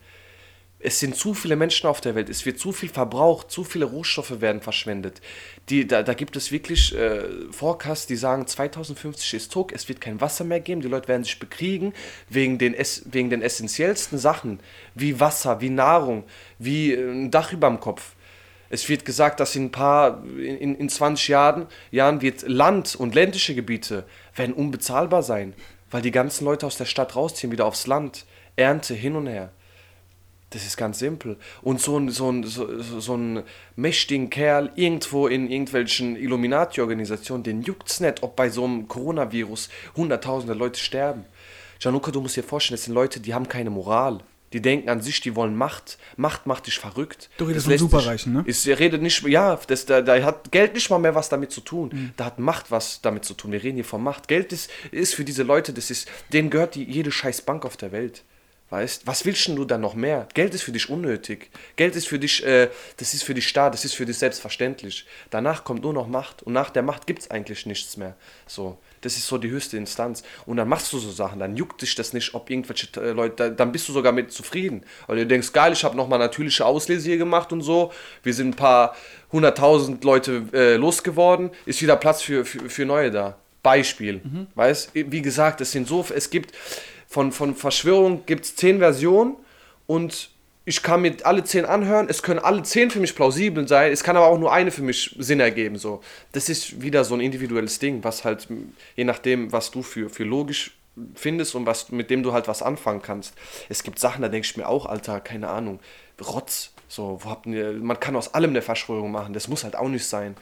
Es sind zu viele Menschen auf der Welt, es wird zu viel verbraucht, zu viele Rohstoffe werden verschwendet. Die, da, da gibt es wirklich äh, Forecasts, die sagen, zweitausendfünfzig ist Tuck, es wird kein Wasser mehr geben, die Leute werden sich bekriegen wegen den, wegen den essentiellsten Sachen, wie Wasser, wie Nahrung, wie äh, ein Dach überm Kopf. Es wird gesagt, dass in ein paar, in, in zwanzig Jahren, Jahren wird Land und ländliche Gebiete werden unbezahlbar sein, weil die ganzen Leute aus der Stadt rausziehen, wieder aufs Land, Ernte hin und her. Das ist ganz simpel. Und so ein, so ein, so, so ein mächtigen Kerl irgendwo in irgendwelchen Illuminati-Organisationen, den juckt's nicht, ob bei so einem Coronavirus hunderttausende Leute sterben. Gianluca, du musst dir vorstellen, das sind Leute, die haben keine Moral. Die denken an sich, die wollen Macht. Macht macht dich verrückt. Du redest von Superreichen, ne? Ich rede nicht, ja, das, da, da hat Geld nicht mal mehr was damit zu tun. Mhm. Da hat Macht was damit zu tun. Wir reden hier von Macht. Geld ist, ist für diese Leute, das ist, denen gehört die, jede scheiß Bank auf der Welt. Weißt, was willst du dann noch mehr? Geld ist für dich unnötig. Geld ist für dich, äh, das ist für dich da, das ist für dich selbstverständlich. Danach kommt nur noch Macht und nach der Macht gibt es eigentlich nichts mehr. So, das ist so die höchste Instanz. Und dann machst du so Sachen, dann juckt dich das nicht, ob irgendwelche äh, Leute, dann bist du sogar mit zufrieden. Weil du denkst, geil, ich habe nochmal natürliche Auslese hier gemacht und so. Wir sind ein paar hunderttausend Leute äh, losgeworden, ist wieder Platz für, für, für neue da. Beispiel. Mhm. Weißt, wie gesagt, es sind so, es gibt... Von, von Verschwörung gibt es zehn Versionen und ich kann mir alle zehn anhören. Es können alle zehn für mich plausibel sein. Es kann aber auch nur eine für mich Sinn ergeben. So. Das ist wieder so ein individuelles Ding, was halt, je nachdem, was du für, für logisch findest und was, mit dem du halt was anfangen kannst. Es gibt Sachen, da denke ich mir auch, Alter, keine Ahnung, Rotz. So, wo habt ihr, man kann aus allem eine Verschwörung machen. Das muss halt auch nicht sein.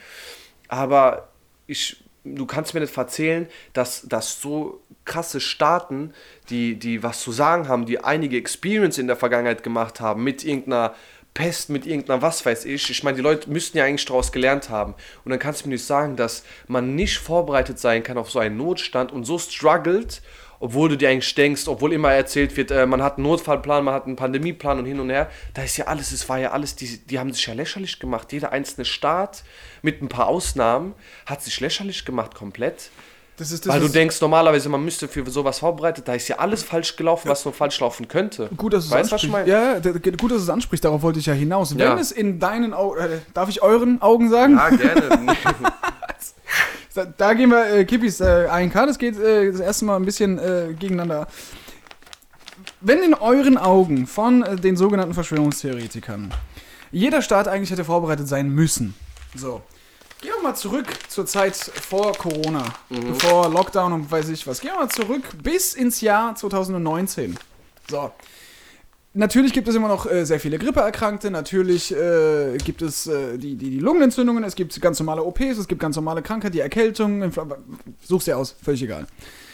Aber ich... Du kannst mir nicht erzählen, dass, dass so krasse Staaten, die, die was zu sagen haben, die einige Experience in der Vergangenheit gemacht haben, mit irgendeiner Pest, mit irgendeiner was weiß ich. Ich meine, die Leute müssten ja eigentlich daraus gelernt haben. Und dann kannst du mir nicht sagen, dass man nicht vorbereitet sein kann auf so einen Notstand und so struggelt, obwohl du dir eigentlich denkst, obwohl immer erzählt wird, äh, man hat einen Notfallplan, man hat einen Pandemieplan und hin und her, da ist ja alles, es war ja alles, die, die haben sich ja lächerlich gemacht. Jeder einzelne Staat, mit ein paar Ausnahmen, hat sich lächerlich gemacht komplett. Das ist das, Weil du was- denkst, normalerweise, man müsste für sowas vorbereitet, da ist ja alles falsch gelaufen, was nur falsch laufen könnte. Gut, dass du es Weißt du, was ich ansprichst. meine? Ja, ja, d- d- gut, dass du es ansprichst, darauf wollte ich ja hinaus. Wenn Ja. es in deinen Augen, äh, darf ich euren Augen sagen? Ja, gerne. Da, da gehen wir äh, Kippis äh, ein K, das geht äh, das erste Mal ein bisschen äh, gegeneinander. Wenn in euren Augen von äh, den sogenannten Verschwörungstheoretikern jeder Staat eigentlich hätte vorbereitet sein müssen, so, gehen wir mal zurück zur Zeit vor Corona, bevor Lockdown und weiß ich was, gehen wir mal zurück bis ins Jahr zwanzig neunzehn. So. Natürlich gibt es immer noch äh, sehr viele Grippeerkrankte, natürlich äh, gibt es äh, die, die, die Lungenentzündungen, es gibt ganz normale O Ps, es gibt ganz normale Krankheiten, die Erkältung, Infl- such's dir aus, völlig egal.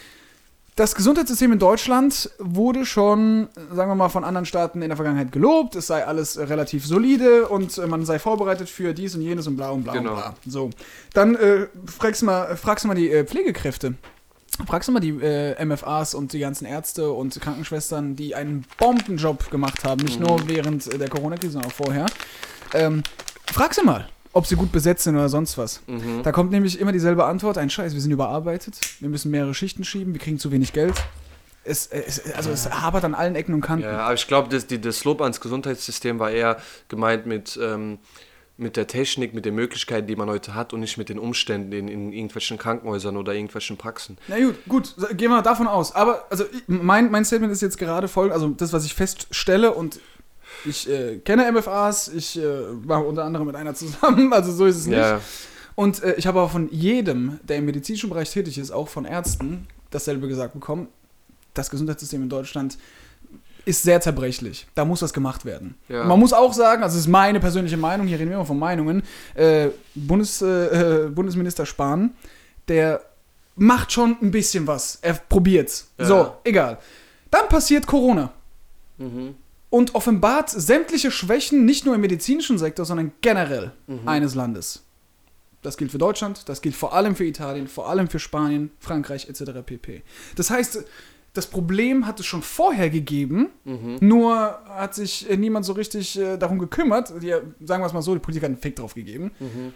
Das Gesundheitssystem in Deutschland wurde schon, sagen wir mal, von anderen Staaten in der Vergangenheit gelobt, es sei alles äh, relativ solide und äh, man sei vorbereitet für dies und jenes und bla und bla Genau. und bla. So, dann äh, fragst du mal, fragst du mal die äh, Pflegekräfte. Fragst du mal die äh, M F As und die ganzen Ärzte und Krankenschwestern, die einen Bombenjob gemacht haben, nicht nur während äh, der Corona-Krise, sondern auch vorher. Ähm, frag sie mal, ob sie gut besetzt sind oder sonst was. Mhm. Da kommt nämlich immer dieselbe Antwort, ein Scheiß, wir sind überarbeitet, wir müssen mehrere Schichten schieben, wir kriegen zu wenig Geld. Es, äh, es, also es hapert an allen Ecken und Kanten. Ja, aber ich glaube, das, die- das Lob ans Gesundheitssystem war eher gemeint mit, ähm, mit der Technik, mit den Möglichkeiten, die man heute hat und nicht mit den Umständen in, in irgendwelchen Krankenhäusern oder irgendwelchen Praxen. Na gut, gut, so, gehen wir davon aus. Aber also ich- mein, mein Statement ist jetzt gerade folgendes, also das, was ich feststelle und ich äh, kenne M F As, ich äh, war unter anderem mit einer zusammen, also so ist es nicht. Ja, Und äh, ich habe aber von jedem, der im medizinischen Bereich tätig ist, auch von Ärzten, dasselbe gesagt bekommen, das Gesundheitssystem in Deutschland ist sehr zerbrechlich. Da muss was gemacht werden. Ja. Man muss auch sagen, also das ist meine persönliche Meinung, hier reden wir immer von Meinungen, äh, Bundes, äh, Bundesminister Spahn, der macht schon ein bisschen was. Er probiert's. Ja. So, egal. Dann passiert Corona mhm. und offenbart sämtliche Schwächen, nicht nur im medizinischen Sektor, sondern generell eines Landes. Das gilt für Deutschland, das gilt vor allem für Italien, vor allem für Spanien, Frankreich et cetera pp. Das heißt, das Problem hat es schon vorher gegeben, nur hat sich äh, niemand so richtig äh, darum gekümmert. Die, sagen wir es mal so, die Politiker haben einen Fick drauf gegeben.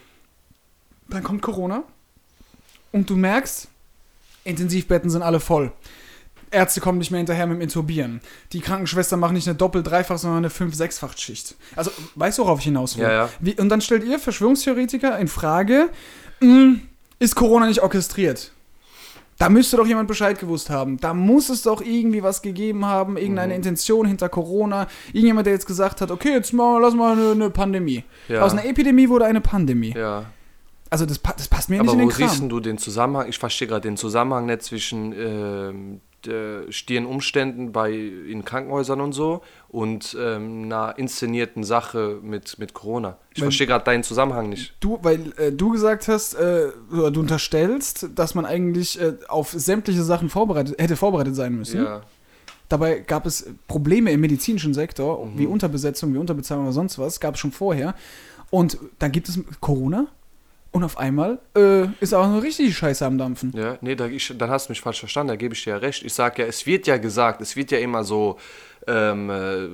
Dann kommt Corona und du merkst, Intensivbetten sind alle voll. Ärzte kommen nicht mehr hinterher mit dem Intubieren. Die Krankenschwestern machen nicht eine Doppel-, Dreifach-, sondern eine Fünf-, Sechsfach-Schicht. Also, weißt du, worauf ich hinaus will? Ja, ja. Wie, und dann stellt ihr Verschwörungstheoretiker in Frage, mh, ist Corona nicht orchestriert? Da müsste doch jemand Bescheid gewusst haben. Da muss es doch irgendwie was gegeben haben, irgendeine Intention hinter Corona. Irgendjemand, der jetzt gesagt hat, okay, jetzt mal, lass mal eine, eine Pandemie. Ja. Aus einer Epidemie wurde eine Pandemie. Ja. Also das, pa- das passt mir Aber nicht in den wo Kram. siehst denn du den Zusammenhang? Ich verstehe gerade den Zusammenhang nicht zwischen ähm, der stieren Umständen bei, in Krankenhäusern und so und ähm, einer inszenierten Sache mit, mit Corona. Ich Weil- verstehe gerade deinen Zusammenhang nicht. Du, weil äh, du gesagt hast, äh, oder du unterstellst, dass man eigentlich äh, auf sämtliche Sachen vorbereitet, hätte vorbereitet sein müssen. Ja. Dabei gab es Probleme im medizinischen Sektor, Mhm. wie Unterbesetzung, wie Unterbezahlung oder sonst was, gab es schon vorher. Und dann gibt es Corona und auf einmal äh, ist auch noch richtig Scheiße am Dampfen. Ja, nee, da, ich, dann hast du mich falsch verstanden, da gebe ich dir ja recht. Ich sage ja, es wird ja gesagt, es wird ja immer so ähm, äh,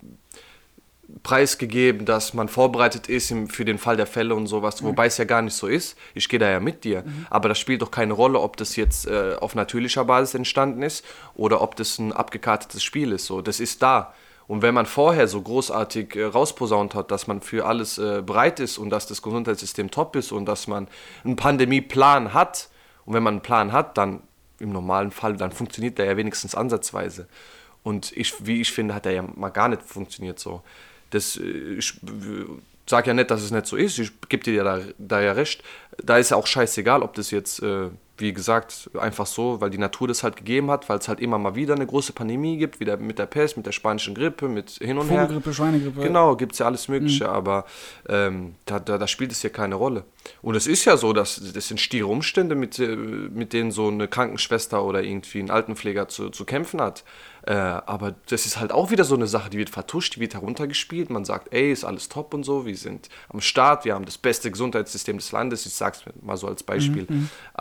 preisgegeben, dass man vorbereitet ist im, für den Fall der Fälle und sowas, wobei es ja gar nicht so ist. Ich gehe da ja mit dir. Aber das spielt doch keine Rolle, ob das jetzt äh, auf natürlicher Basis entstanden ist oder ob das ein abgekartetes Spiel ist. So, das ist da. Und wenn man vorher so großartig äh, rausposaunt hat, dass man für alles äh, bereit ist und dass das Gesundheitssystem top ist und dass man einen Pandemieplan hat, und wenn man einen Plan hat, dann im normalen Fall, dann funktioniert der ja wenigstens ansatzweise. Und ich, wie ich finde, hat der ja mal gar nicht funktioniert so. Das, äh, ich sage ja nicht, dass es nicht so ist, ich gebe dir ja da, da ja recht. Da ist ja auch scheißegal, ob das jetzt, äh, wie gesagt, einfach so, weil die Natur das halt gegeben hat, weil es halt immer mal wieder eine große Pandemie gibt, wieder mit der Pest, mit der spanischen Grippe, mit hin und her. Vogelgrippe, Schweinegrippe. Genau, gibt es ja alles Mögliche, aber ähm, da, da, da spielt es ja keine Rolle. Und es ist ja so, dass das sind stiere Umstände, mit, äh, mit denen so eine Krankenschwester oder irgendwie ein Altenpfleger zu, zu kämpfen hat. Äh, aber das ist halt auch wieder so eine Sache, die wird vertuscht, die wird heruntergespielt. Man sagt, ey, ist alles top und so, wir sind am Start, wir haben das beste Gesundheitssystem des Landes, ich sag's mal so als Beispiel. Aber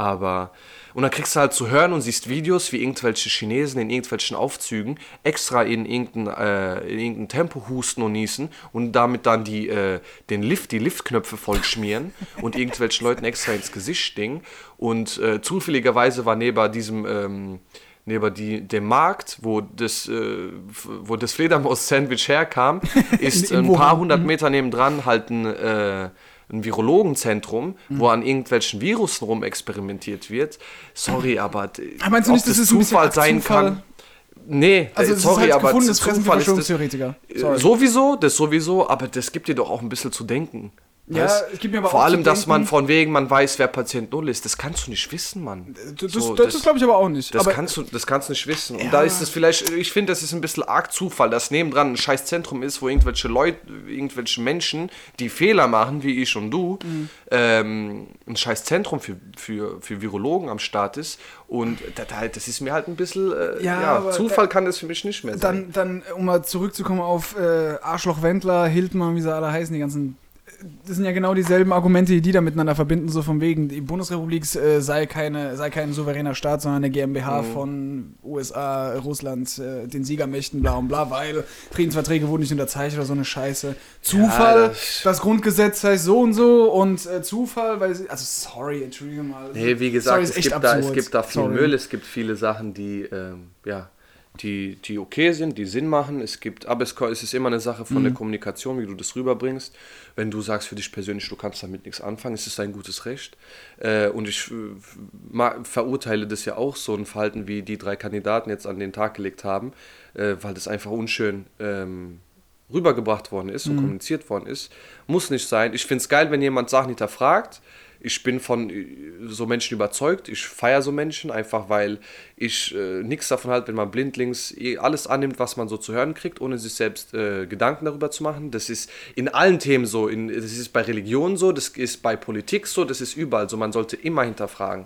da. Und dann kriegst du halt zu hören und siehst Videos, wie irgendwelche Chinesen in irgendwelchen Aufzügen extra in irgendein, äh, in irgendein Tempo husten und niesen und damit dann die, äh, den Lift, die Liftknöpfe voll schmieren und irgendwelchen Leuten extra ins Gesicht stinken. Und äh, zufälligerweise war neben diesem... Ähm, neben die, dem Markt, wo das, äh, wo das Fledermaus-Sandwich herkam, ist in, in ein paar hundert Meter nebendran halt ein, äh, ein Virologenzentrum, mhm. wo an irgendwelchen Virussen rumexperimentiert wird. Sorry, aber aber meinst du nicht, ob das das ist ein Zufall bisschen sein Zufall? kann... Nee, also äh, sorry, ist halt aber gefundenes Fressen für Zufall ist das, Verschwörungstheoretiker. Sorry. sowieso, das sowieso, aber das gibt dir doch auch ein bisschen zu denken. Ja, weißt? es gibt mir aber Vor auch allem, zu dass denken, man von wegen, man weiß, wer Patient Null ist. Das kannst du nicht wissen, Mann. Das, So, das, das- das glaube ich aber auch nicht. Das aber kannst du, das kannst du nicht wissen. Und Ja. da ist es vielleicht, ich finde, das ist ein bisschen arg Zufall, dass nebendran ein scheiß Zentrum ist, wo irgendwelche Leute, irgendwelche Menschen, die Fehler machen, wie ich und du, Mhm. ähm, ein scheiß Zentrum für, für, für Virologen am Start ist. Und das, das ist mir halt ein bisschen, äh, Ja, ja, aber Zufall kann das für mich nicht mehr sein. dann, dann, um mal zurückzukommen auf äh, Arschloch Wendler, Hildmann, wie sie alle heißen, die ganzen. Das sind ja genau dieselben Argumente, die die da miteinander verbinden, so von wegen, die Bundesrepublik äh, sei, keine, sei kein souveräner Staat, sondern eine GmbH Mhm. von U S A, Russland, äh, den Siegermächten, bla und bla, weil Friedensverträge wurden nicht unterzeichnet oder so eine Scheiße. Zufall, das- das, Grundgesetz heißt so und so und äh, Zufall, weil sie, also sorry, entschuldige mal. Nee, wie gesagt, Sorry, es, ist echt gibt da, es absurd. gibt da viel Sorry. Müll, es gibt viele Sachen, die, ähm, ja, die, die okay sind, die Sinn machen. Es gibt, aber es, ko- es ist immer eine Sache von der Kommunikation, wie du das rüberbringst. Wenn du sagst für dich persönlich, du kannst damit nichts anfangen, ist es dein gutes Recht. Äh, und ich äh, ma- verurteile das ja auch, so ein Verhalten, wie die drei Kandidaten jetzt an den Tag gelegt haben, äh, weil das einfach unschön ähm, rübergebracht worden ist und kommuniziert worden ist. Muss nicht sein. Ich finde es geil, wenn jemand Sachen hinterfragt. Ich bin von äh, so Menschen überzeugt. Ich feiere so Menschen, einfach weil ich äh, nichts davon halte, wenn man blindlings eh alles annimmt, was man so zu hören kriegt, ohne sich selbst äh, Gedanken darüber zu machen. Das ist in allen Themen so. In, das ist bei Religion so, das ist bei Politik so, das ist überall so. Man sollte immer hinterfragen.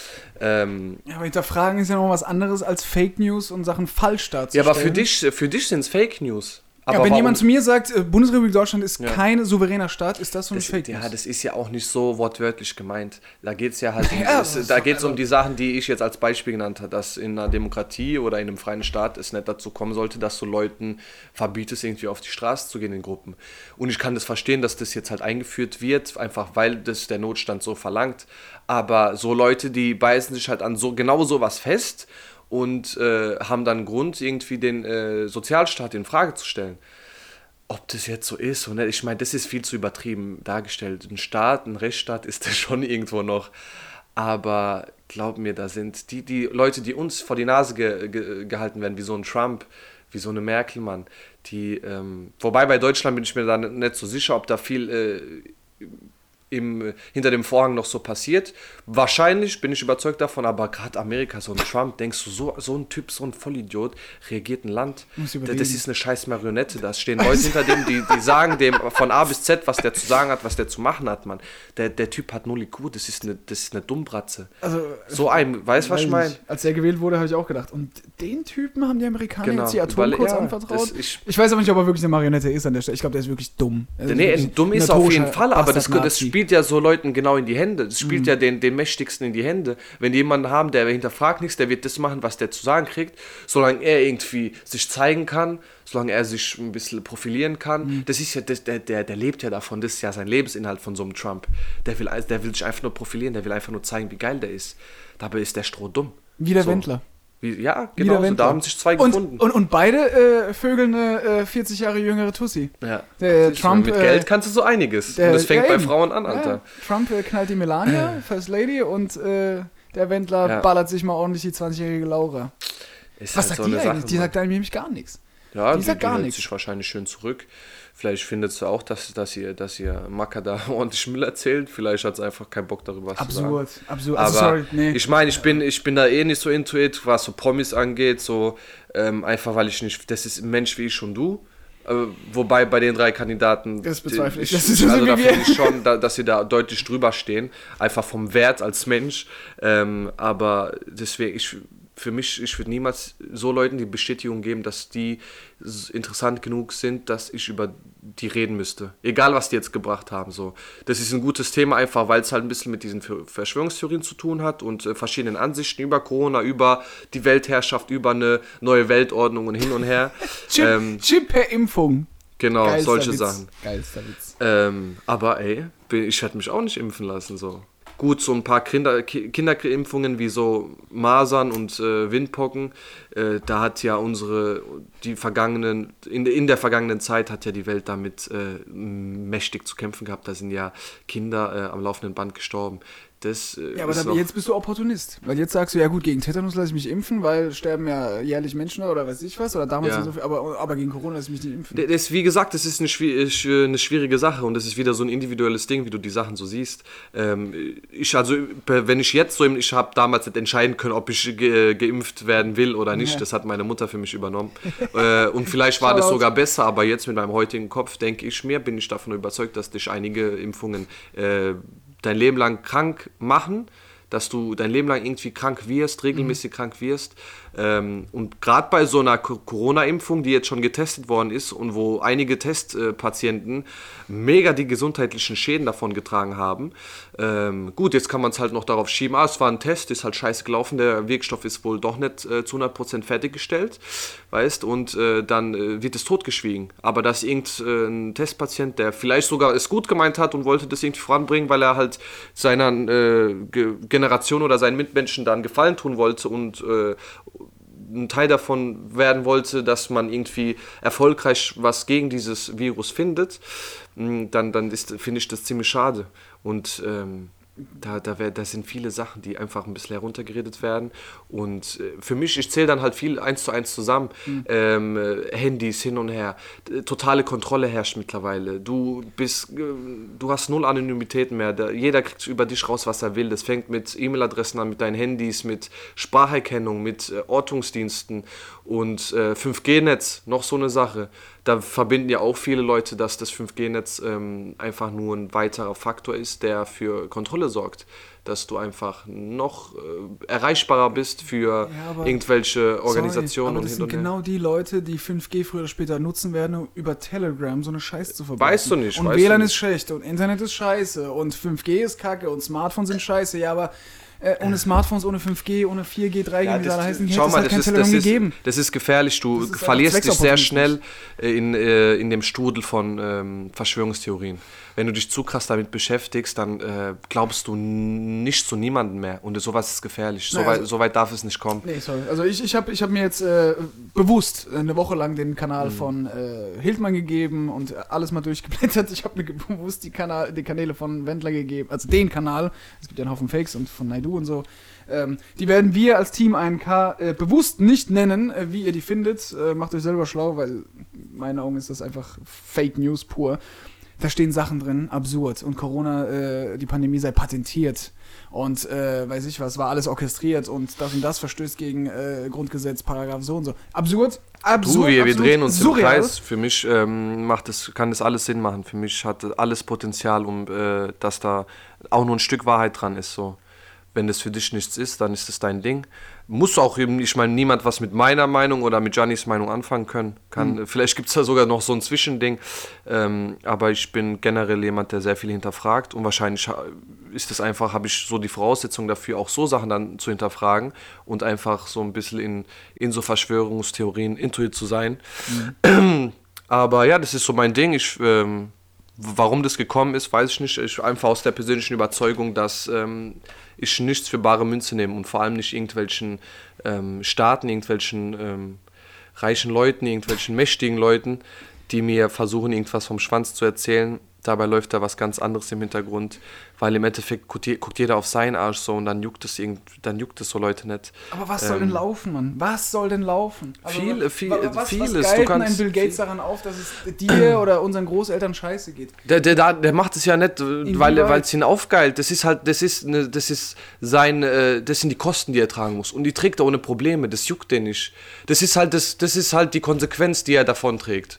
Ähm, Ja, aber hinterfragen ist ja noch was anderes als Fake News und Sachen falsch ja, darzustellen. aber für dich, für dich sind es Fake News. Aber ja, wenn warum- jemand zu mir sagt, äh, Bundesrepublik Deutschland ist Ja. kein souveräner Staat, ist das so ein Das, Fake ja, News. das ist ja auch nicht so wortwörtlich gemeint. Da geht es ja halt um, Ja, es, aber da so- geht's um also- die Sachen, die ich jetzt als Beispiel genannt habe, dass in einer Demokratie oder in einem freien Staat es nicht dazu kommen sollte, dass du Leuten verbietest, irgendwie auf die Straße zu gehen in Gruppen. Und ich kann das verstehen, dass das jetzt halt eingeführt wird, einfach weil das der Notstand so verlangt. Aber so Leute, die beißen sich halt an so genau sowas fest und äh, haben dann Grund, irgendwie den äh, Sozialstaat in Frage zu stellen. Ob das jetzt so ist oder nicht, ich meine, das ist viel zu übertrieben dargestellt. Ein Staat, ein Rechtsstaat ist das schon irgendwo noch. Aber glaub mir, da sind die, die Leute, die uns vor die Nase ge, ge, gehalten werden, wie so ein Trump, wie so eine Merkel, Mann. Die, ähm, wobei bei Deutschland bin ich mir da nicht so sicher, ob da viel äh, im, hinter dem Vorhang noch so passiert. Wahrscheinlich bin ich überzeugt davon, aber gerade Amerika, so ein Trump, denkst du, so, so ein Typ, so ein Vollidiot, regiert ein Land. Muss Das, überlegen. das ist eine scheiß Marionette, da stehen Leute hinter dem, die, die sagen dem von A bis Z, was der zu sagen hat, was der zu machen hat, Mann. Der, der Typ hat null I Q, das ist eine, das ist eine Dummbratze. Also, So ein, weißt du, was ich meine? nicht. Als er gewählt wurde, habe ich auch gedacht. Und den Typen haben die Amerikaner Genau, jetzt die weil- Atomcodes ja, anvertraut? das- ich- Ich, weiß aber nicht, ob er wirklich eine Marionette ist an der Stelle. Ich glaube, der ist wirklich dumm. Er ist Nee, wirklich dumm ein ist er auf jeden notorischer Fall, aber das, das Bastard-Nazi. spielt ja so Leuten genau in die Hände. Das Mhm. spielt ja den, den Mächtigsten in die Hände. Wenn die jemanden haben, der hinterfragt nichts, der wird das machen, was der zu sagen kriegt, solange er irgendwie sich zeigen kann, solange er sich ein bisschen profilieren kann. Mhm. Das ist ja, das, der, der, der lebt ja davon, das ist ja sein Lebensinhalt von so einem Trump. Der will, der will sich einfach nur profilieren, der will einfach nur zeigen, wie geil der ist. Dabei ist der strohdumm. Wie der So. Wendler. Wie, ja, Wie genau, der so, Wendler. da haben sich zwei und, gefunden. Und, und beide äh, vögeln eine äh, vierzig Jahre jüngere Tussi. ja. Der Siehst du, Trump, mit äh, Geld kannst du so einiges. Der, Und das fängt ja, bei eben. Frauen an, Alter. Ja, Trump äh, knallt die Melania, First Lady, und äh, der Wendler Ja. ballert sich mal ordentlich die zwanzigjährige Laura. Ist Was halt sagt so die eine eigentlich? Sache, die Mann. sagt einem nämlich gar nichts. Ja, Die die, sagt die gar hält nichts. sich wahrscheinlich schön zurück. Vielleicht findet sie auch, dass, dass, ihr, dass ihr Macker da ordentlich Müll erzählt. Vielleicht hat sie einfach keinen Bock darüber was zu sagen. Absurd, absurd. Aber Also, sorry, nee. ich meine, ich bin, ich bin da eh nicht so into it, was so Promis angeht. So, ähm, einfach weil ich nicht, das ist ein Mensch wie ich und du. Äh, wobei bei den drei Kandidaten, Das bezweifle ich. die- Das ist so also wie da wir. finde ich schon, da, dass sie da deutlich drüber stehen. Einfach vom Wert als Mensch. Ähm, aber deswegen, ich für mich, ich würde niemals so Leuten die Bestätigung geben, dass die interessant genug sind, dass ich über die reden müsste. Egal, was die jetzt gebracht haben. So. Das ist ein gutes Thema, einfach weil es halt ein bisschen mit diesen Verschwörungstheorien zu tun hat und äh, verschiedenen Ansichten über Corona, über die Weltherrschaft, über eine neue Weltordnung und hin und her. Chip, ähm, Chip per Impfung. Genau, Geilster solche Witz. Sachen. Geilster Witz. Ähm, aber ey, ich hätte mich auch nicht impfen lassen. So. Gut, so ein paar Kinder, Kinderimpfungen wie so Masern und äh, Windpocken, äh, da hat ja unsere, die vergangenen, in, in der vergangenen Zeit hat ja die Welt damit äh, mächtig zu kämpfen gehabt. Da sind ja Kinder äh, am laufenden Band gestorben. Das, äh, Ja, aber ist da, noch, jetzt bist du Opportunist. Weil jetzt sagst du, ja gut, gegen Tetanus lasse ich mich impfen, weil sterben ja jährlich Menschen oder weiß ich was. Oder damals Ja. ja so viel, aber, aber gegen Corona lasse ich mich nicht impfen. Das ist, wie gesagt, das ist eine, schwierig, eine schwierige Sache und das ist wieder so ein individuelles Ding, wie du die Sachen so siehst. Ähm, ich also, wenn ich jetzt so, ich habe damals nicht entscheiden können, ob ich ge, geimpft werden will oder nicht. Ja. Das hat meine Mutter für mich übernommen. äh, und vielleicht war das sogar besser, aber jetzt mit meinem heutigen Kopf denke ich mir, bin ich davon überzeugt, dass dich einige Impfungen äh, dein Leben lang krank machen, dass du dein Leben lang irgendwie krank wirst, regelmäßig mhm. krank wirst. Ähm, und gerade bei so einer Corona-Impfung, die jetzt schon getestet worden ist und wo einige Testpatienten mega die gesundheitlichen Schäden davon getragen haben. Ähm, gut, jetzt kann man es halt noch darauf schieben, ah, es war ein Test, ist halt scheiße gelaufen, der Wirkstoff ist wohl doch nicht äh, zu hundert Prozent fertiggestellt, weißt, und äh, dann äh, wird es totgeschwiegen. Aber dass irgendein äh, Testpatient, der vielleicht sogar es gut gemeint hat und wollte das irgendwie voranbringen, weil er halt seiner äh, Ge- Generation oder seinen Mitmenschen dann Gefallen tun wollte und äh, ein Teil davon werden wollte, dass man irgendwie erfolgreich was gegen dieses Virus findet, dann, dann ist, finde ich das ziemlich schade. Und ähm, da, da, wär, da sind viele Sachen, die einfach ein bisschen heruntergeredet werden. Und äh, für mich, ich zähle dann halt viel eins zu eins zusammen. Mhm. Ähm, äh, Handys hin und her. Äh, totale Kontrolle herrscht mittlerweile. Du bist, äh, du hast null Anonymität mehr. Da, jeder kriegt über dich raus, was er will. Das fängt mit E-Mail-Adressen an, mit deinen Handys, mit Spracherkennung, mit äh, Ortungsdiensten und äh, fünf G-Netz, noch so eine Sache. Da verbinden ja auch viele Leute, dass das fünf G-Netz ähm, einfach nur ein weiterer Faktor ist, der für Kontrolle sorgt. Dass du einfach noch äh, erreichbarer bist für ja, irgendwelche Organisationen. Sorry, aber und das hin sind und her. genau die Leute, die fünf G früher oder später nutzen werden, um über Telegram so eine Scheiße zu verbreiten. Weißt du nicht. Und weißt W L A N du ist schlecht und Internet ist scheiße und fünf G ist kacke und Smartphones sind scheiße. Ja, aber äh, ohne Smartphones, ohne fünf G, ohne vier G, drei G, Ja, wie sie das, alle heißen, schau hätte es mal, halt kein das, ist, Telegram das, ist, gegeben. das ist gefährlich. Du Das ist verlierst dich sehr Zwecksopportunismus. schnell in, äh, in dem Strudel von ähm, Verschwörungstheorien. Wenn du dich zu krass damit beschäftigst, dann äh, glaubst du n- nicht zu niemandem mehr. Und sowas ist gefährlich. So, Naja, weit, also- so weit darf es nicht kommen. Nee, sorry. Also ich, ich habe ich hab mir jetzt äh, bewusst eine Woche lang den Kanal Mhm. von äh, Hildmann gegeben und alles mal durchgeblättert. Ich habe mir ge- bewusst die, Kanal, die Kanäle von Wendler gegeben, also den Kanal. Es gibt ja einen Haufen Fakes und von Naidu und so. Ähm, die werden wir als Team eins K äh, bewusst nicht nennen, äh, wie ihr die findet. Äh, macht euch selber schlau, weil in meinen Augen ist das einfach Fake News pur. Da stehen Sachen drin, absurd. Und Corona, äh, die Pandemie sei patentiert. Und äh, weiß ich was, war alles orchestriert und das und das verstößt gegen äh, Grundgesetz, Paragraph so und so. Absurd, absurd. Du, wir, wir absolut drehen uns surreal. im Kreis. Für mich ähm, macht das, kann das alles Sinn machen. Für mich hat alles Potenzial, um äh, dass da auch nur ein Stück Wahrheit dran ist. So. Wenn das für dich nichts ist, dann ist das dein Ding. Muss auch eben, ich meine, niemand was mit meiner Meinung oder mit Giannis Meinung anfangen können. Kann. Mhm. Vielleicht gibt es da sogar noch so ein Zwischending. Ähm, aber ich bin generell jemand, der sehr viel hinterfragt. Und wahrscheinlich ist es einfach, habe ich so die Voraussetzung dafür, auch so Sachen dann zu hinterfragen und einfach so ein bisschen in, in so Verschwörungstheorien intuit zu sein. Mhm. Aber ja, das ist so mein Ding. Ich... Ähm, Warum das gekommen ist, weiß ich nicht. Ich einfach aus der persönlichen Überzeugung, dass ähm, ich nichts für bare Münze nehme und vor allem nicht irgendwelchen ähm, Staaten, irgendwelchen ähm, reichen Leuten, irgendwelchen mächtigen Leuten, die mir versuchen, irgendwas vom Schwanz zu erzählen. Dabei läuft da was ganz anderes im Hintergrund, weil im Endeffekt guckt, je, guckt jeder auf seinen Arsch so und dann juckt es irgend, dann juckt es so Leute nicht. Aber was soll Ähm, denn laufen, Mann? Was soll denn laufen? Also, Viel, viel, wa- was, vieles. Was Du galt kannst ein Bill Gates viel- daran auf, dass es dir oder unseren Großeltern scheiße geht? Der, der, der, der macht es ja nicht, äh, weil Inwieweit? weil es ihn aufgeilt. Das ist halt, das ist, ne, das ist sein, äh, das sind die Kosten, die er tragen muss. Und die trägt er ohne Probleme. Das juckt den nicht. Das ist halt, das, das ist halt die Konsequenz, die er davon trägt.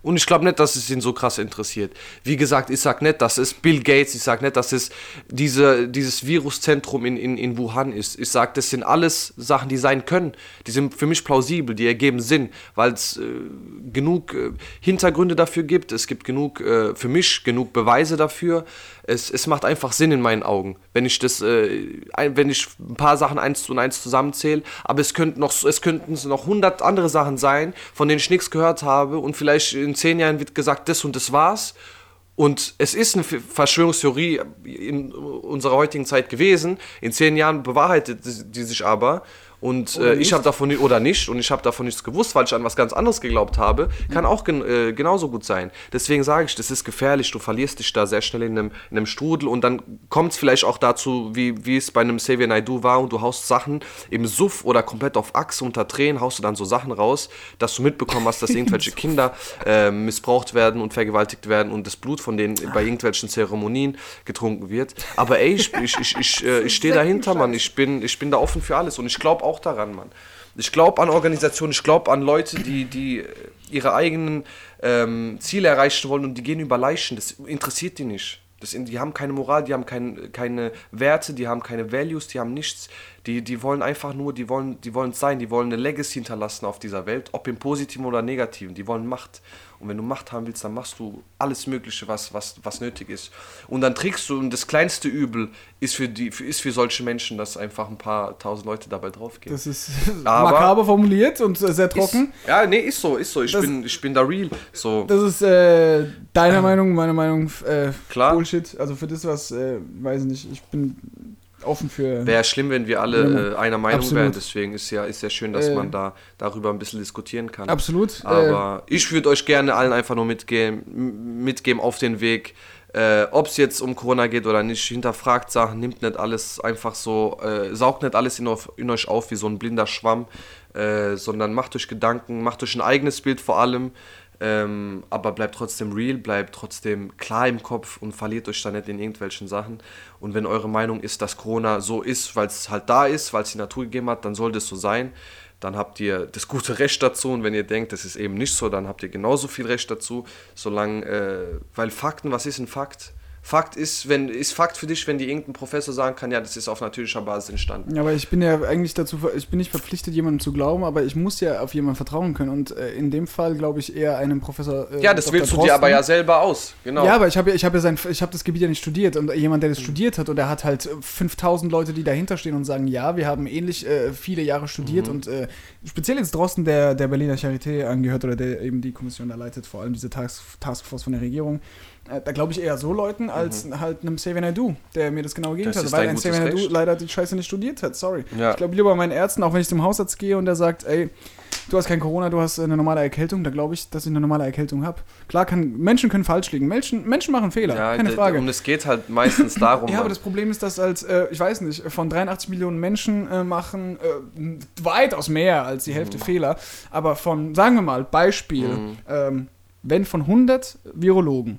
Und ich glaube nicht, dass es ihn so krass interessiert. Wie gesagt, ich sag nicht, dass es Bill Gates, ich sag nicht, dass es diese, dieses Viruszentrum in, in, in Wuhan ist. Ich sag, das sind alles Sachen, die sein können. Die sind für mich plausibel, die ergeben Sinn, weil es äh, genug äh, Hintergründe dafür gibt. Es gibt genug, äh, für mich genug Beweise dafür. Es, es macht einfach Sinn in meinen Augen, wenn ich das, äh, ein, wenn ich ein paar Sachen eins und eins zusammenzähle. Aber es könnten noch, es könnten noch hundert andere Sachen sein, von denen ich nichts gehört habe und vielleicht in zehn Jahren wird gesagt, das und das war's. Und es ist eine Verschwörungstheorie in unserer heutigen Zeit gewesen. In zehn Jahren bewahrheitet die sich aber. Und äh, ich habe davon, oder nicht, und ich habe davon nichts gewusst, weil ich an was ganz anderes geglaubt habe, kann auch gen, äh, genauso gut sein. Deswegen sage ich, das ist gefährlich, du verlierst dich da sehr schnell in einem, in einem Strudel und dann kommt es vielleicht auch dazu, wie, wie es bei einem Xavier Naidoo war und du haust Sachen im Suff oder komplett auf Achse unter Tränen, haust du dann so Sachen raus, dass du mitbekommen hast, dass irgendwelche Kinder äh, missbraucht werden und vergewaltigt werden und das Blut von denen bei irgendwelchen Zeremonien getrunken wird. Aber ey, ich, ich, ich, ich, äh, ich stehe dahinter, Mann, ich bin, ich bin da offen für alles und ich glaube auch daran, Mann. Ich glaube an Organisationen, ich glaube an Leute, die, die ihre eigenen ähm, Ziele erreichen wollen und die gehen über Leichen. Das interessiert die nicht. Das, die haben keine Moral, die haben kein, keine Werte, die haben keine Values, die haben nichts. Die, die wollen einfach nur, die wollen, die wollen sein, die wollen eine Legacy hinterlassen auf dieser Welt, ob im Positiven oder Negativen. Die wollen Macht. Und wenn du Macht haben willst, dann machst du alles Mögliche, was, was, was nötig ist. Und dann trägst du, und das kleinste Übel ist für, die, ist für solche Menschen, dass einfach ein paar tausend Leute dabei draufgehen. Das ist makaber formuliert und sehr trocken. Ist, ja, nee, ist so, ist so. Ich, bin, ich bin da real. So. Das ist äh, deine Meinung, meine Meinung, äh, Klar. Bullshit. Also für das, was, äh, weiß ich nicht, ich bin offen für... Wäre schlimm, wenn wir alle äh, einer Meinung Absolut. wären. Deswegen ist ja, ist ja schön, dass äh, man da darüber ein bisschen diskutieren kann. Absolut. Aber äh, ich würde euch gerne allen einfach nur mitgeben, mitgeben auf den Weg, äh, ob es jetzt um Corona geht oder nicht. Hinterfragt Sachen, nimmt nicht alles einfach so, äh, saugt nicht alles in, in euch auf wie so ein blinder Schwamm, äh, sondern macht euch Gedanken, macht euch ein eigenes Bild vor allem. Ähm, aber bleibt trotzdem real, bleibt trotzdem klar im Kopf und verliert euch da nicht in irgendwelchen Sachen. Und wenn eure Meinung ist, dass Corona so ist, weil es halt da ist, weil es die Natur gegeben hat, dann soll das so sein. Dann habt ihr das gute Recht dazu. Und wenn ihr denkt, das ist eben nicht so, dann habt ihr genauso viel Recht dazu. Solange, äh, weil Fakten, was ist ein Fakt? Fakt ist, wenn, ist Fakt für dich, wenn dir irgendein Professor sagen kann, ja, das ist auf natürlicher Basis entstanden. Ja, aber ich bin ja eigentlich dazu, ich bin nicht verpflichtet, jemandem zu glauben, aber ich muss ja auf jemanden vertrauen können und äh, in dem Fall glaube ich eher einem Professor. Äh, ja, das Doktor wählst du Drosten. dir aber ja selber aus, genau. Ja, aber ich habe ja, ich habe ja sein, ich habe das Gebiet ja nicht studiert und jemand, der das mhm. studiert hat und der hat halt fünftausend Leute, die dahinter stehen und sagen, ja, wir haben ähnlich äh, viele Jahre studiert mhm. und äh, speziell jetzt Drosten, der der Berliner Charité angehört oder der eben die Kommission da leitet, vor allem diese Task, Taskforce von der Regierung. Da glaube ich eher so Leuten als mhm. halt einem Xavier Naidoo, der mir das genaue Gegenteil hat, weil ein Xavier Naidoo leider die Scheiße nicht studiert hat, sorry. Ja. Ich glaube lieber meinen Ärzten, auch wenn ich zum Hausarzt gehe und der sagt, ey, du hast kein Corona, du hast eine normale Erkältung, da glaube ich, dass ich eine normale Erkältung habe. Klar, kann, Menschen können falsch liegen, Menschen, Menschen machen Fehler, ja, keine Frage. Und es geht halt meistens darum. Ja, aber das Problem ist, dass als, äh, ich weiß nicht, von dreiundachtzig Millionen Menschen äh, machen äh, weitaus mehr als die Hälfte mhm. Fehler, aber von, sagen wir mal, Beispiel, mhm. ähm, wenn von hundert Virologen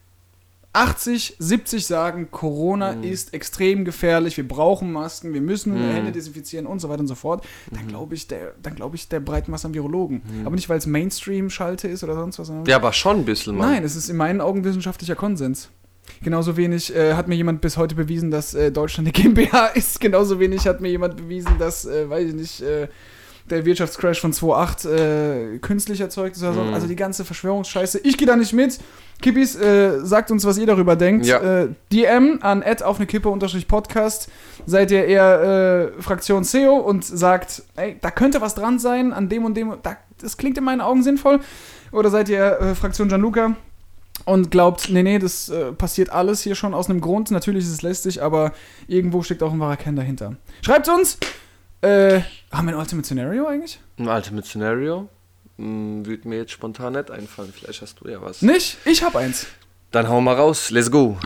achtzig, siebzig sagen, Corona mhm. ist extrem gefährlich, wir brauchen Masken, wir müssen mhm. Hände desinfizieren und so weiter und so fort, dann mhm. glaube ich, der, dann glaube ich, der Breitmasse an Virologen. Mhm. Aber nicht, weil es Mainstream-Schalte ist oder sonst was. Ja, aber schon ein bisschen, Mann. Nein, es ist in meinen Augen wissenschaftlicher Konsens. Genauso wenig äh, hat mir jemand bis heute bewiesen, dass äh, Deutschland eine GmbH ist. Genauso wenig hat mir jemand bewiesen, dass, äh, weiß ich nicht, äh, der Wirtschaftscrash von zweitausendacht äh, künstlich erzeugt ist oder so. Mhm. Also die ganze Verschwörungsscheiße. Ich gehe da nicht mit. Kippis, äh, sagt uns, was ihr darüber denkt. Ja. Äh, D M an at auf eine Kippe unterstrich Podcast. Seid ihr eher äh, Fraktion C E O und sagt, ey, da könnte was dran sein, an dem und dem. Da, das klingt in meinen Augen sinnvoll. Oder seid ihr äh, Fraktion Gianluca und glaubt, nee, nee, das äh, passiert alles hier schon aus einem Grund. Natürlich ist es lästig, aber irgendwo steckt auch ein wahrer Kern dahinter. Schreibt uns! Äh, haben wir ein Ultimate Scenario eigentlich? Ein Ultimate Scenario? Hm, würde mir jetzt spontan nicht einfallen. Vielleicht hast du ja was. Nicht? Ich hab eins. Dann hau mal raus. Let's go.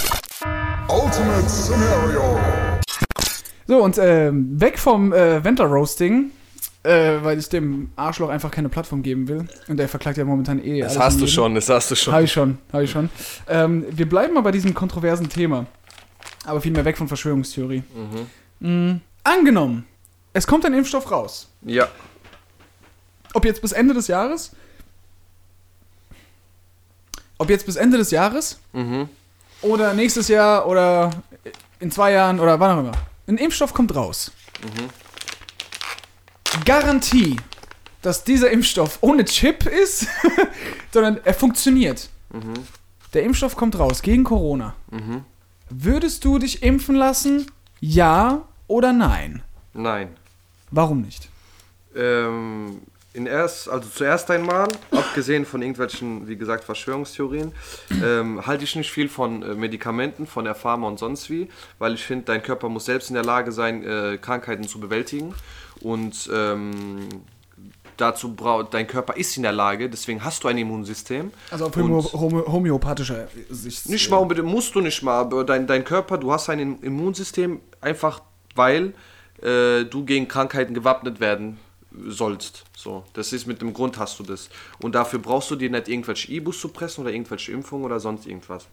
Ultimate Scenario. So, und äh, weg vom äh, Vendor Roasting, äh, weil ich dem Arschloch einfach keine Plattform geben will. Und der verklagt ja momentan eh Das hast du schon, das hast du schon. Hab ich schon, hab ich schon. Ähm, wir bleiben mal bei diesem kontroversen Thema. Aber vielmehr weg von Verschwörungstheorie. Mhm. Mhm. Angenommen, es kommt ein Impfstoff raus. Ja. Ob jetzt bis Ende des Jahres ob jetzt bis Ende des Jahres Mhm. oder nächstes Jahr oder in zwei Jahren oder wann auch immer. Ein Impfstoff kommt raus. Mhm. Garantie, dass dieser Impfstoff ohne Chip ist, sondern er funktioniert. Mhm. Der Impfstoff kommt raus gegen Corona. Mhm. Würdest du dich impfen lassen? Ja oder nein? Nein. Warum nicht? Ähm, in erst, also zuerst einmal, abgesehen von irgendwelchen, wie gesagt, Verschwörungstheorien, ähm, halte ich nicht viel von äh, Medikamenten, von der Pharma und sonst wie, weil ich finde, dein Körper muss selbst in der Lage sein, äh, Krankheiten zu bewältigen und ähm, dazu braucht, dein Körper ist in der Lage, deswegen hast du ein Immunsystem. Also auf Und- homo homo homöopathischer Sicht. Nicht mal unbedingt, musst du nicht mal, aber dein, dein Körper, du hast ein Immunsystem einfach, weil äh, du gegen Krankheiten gewappnet werden sollst. So, das ist mit dem Grund hast du das. Und dafür brauchst du dir nicht irgendwelche Ibus-Suppressen oder irgendwelche Impfungen oder sonst irgendwas.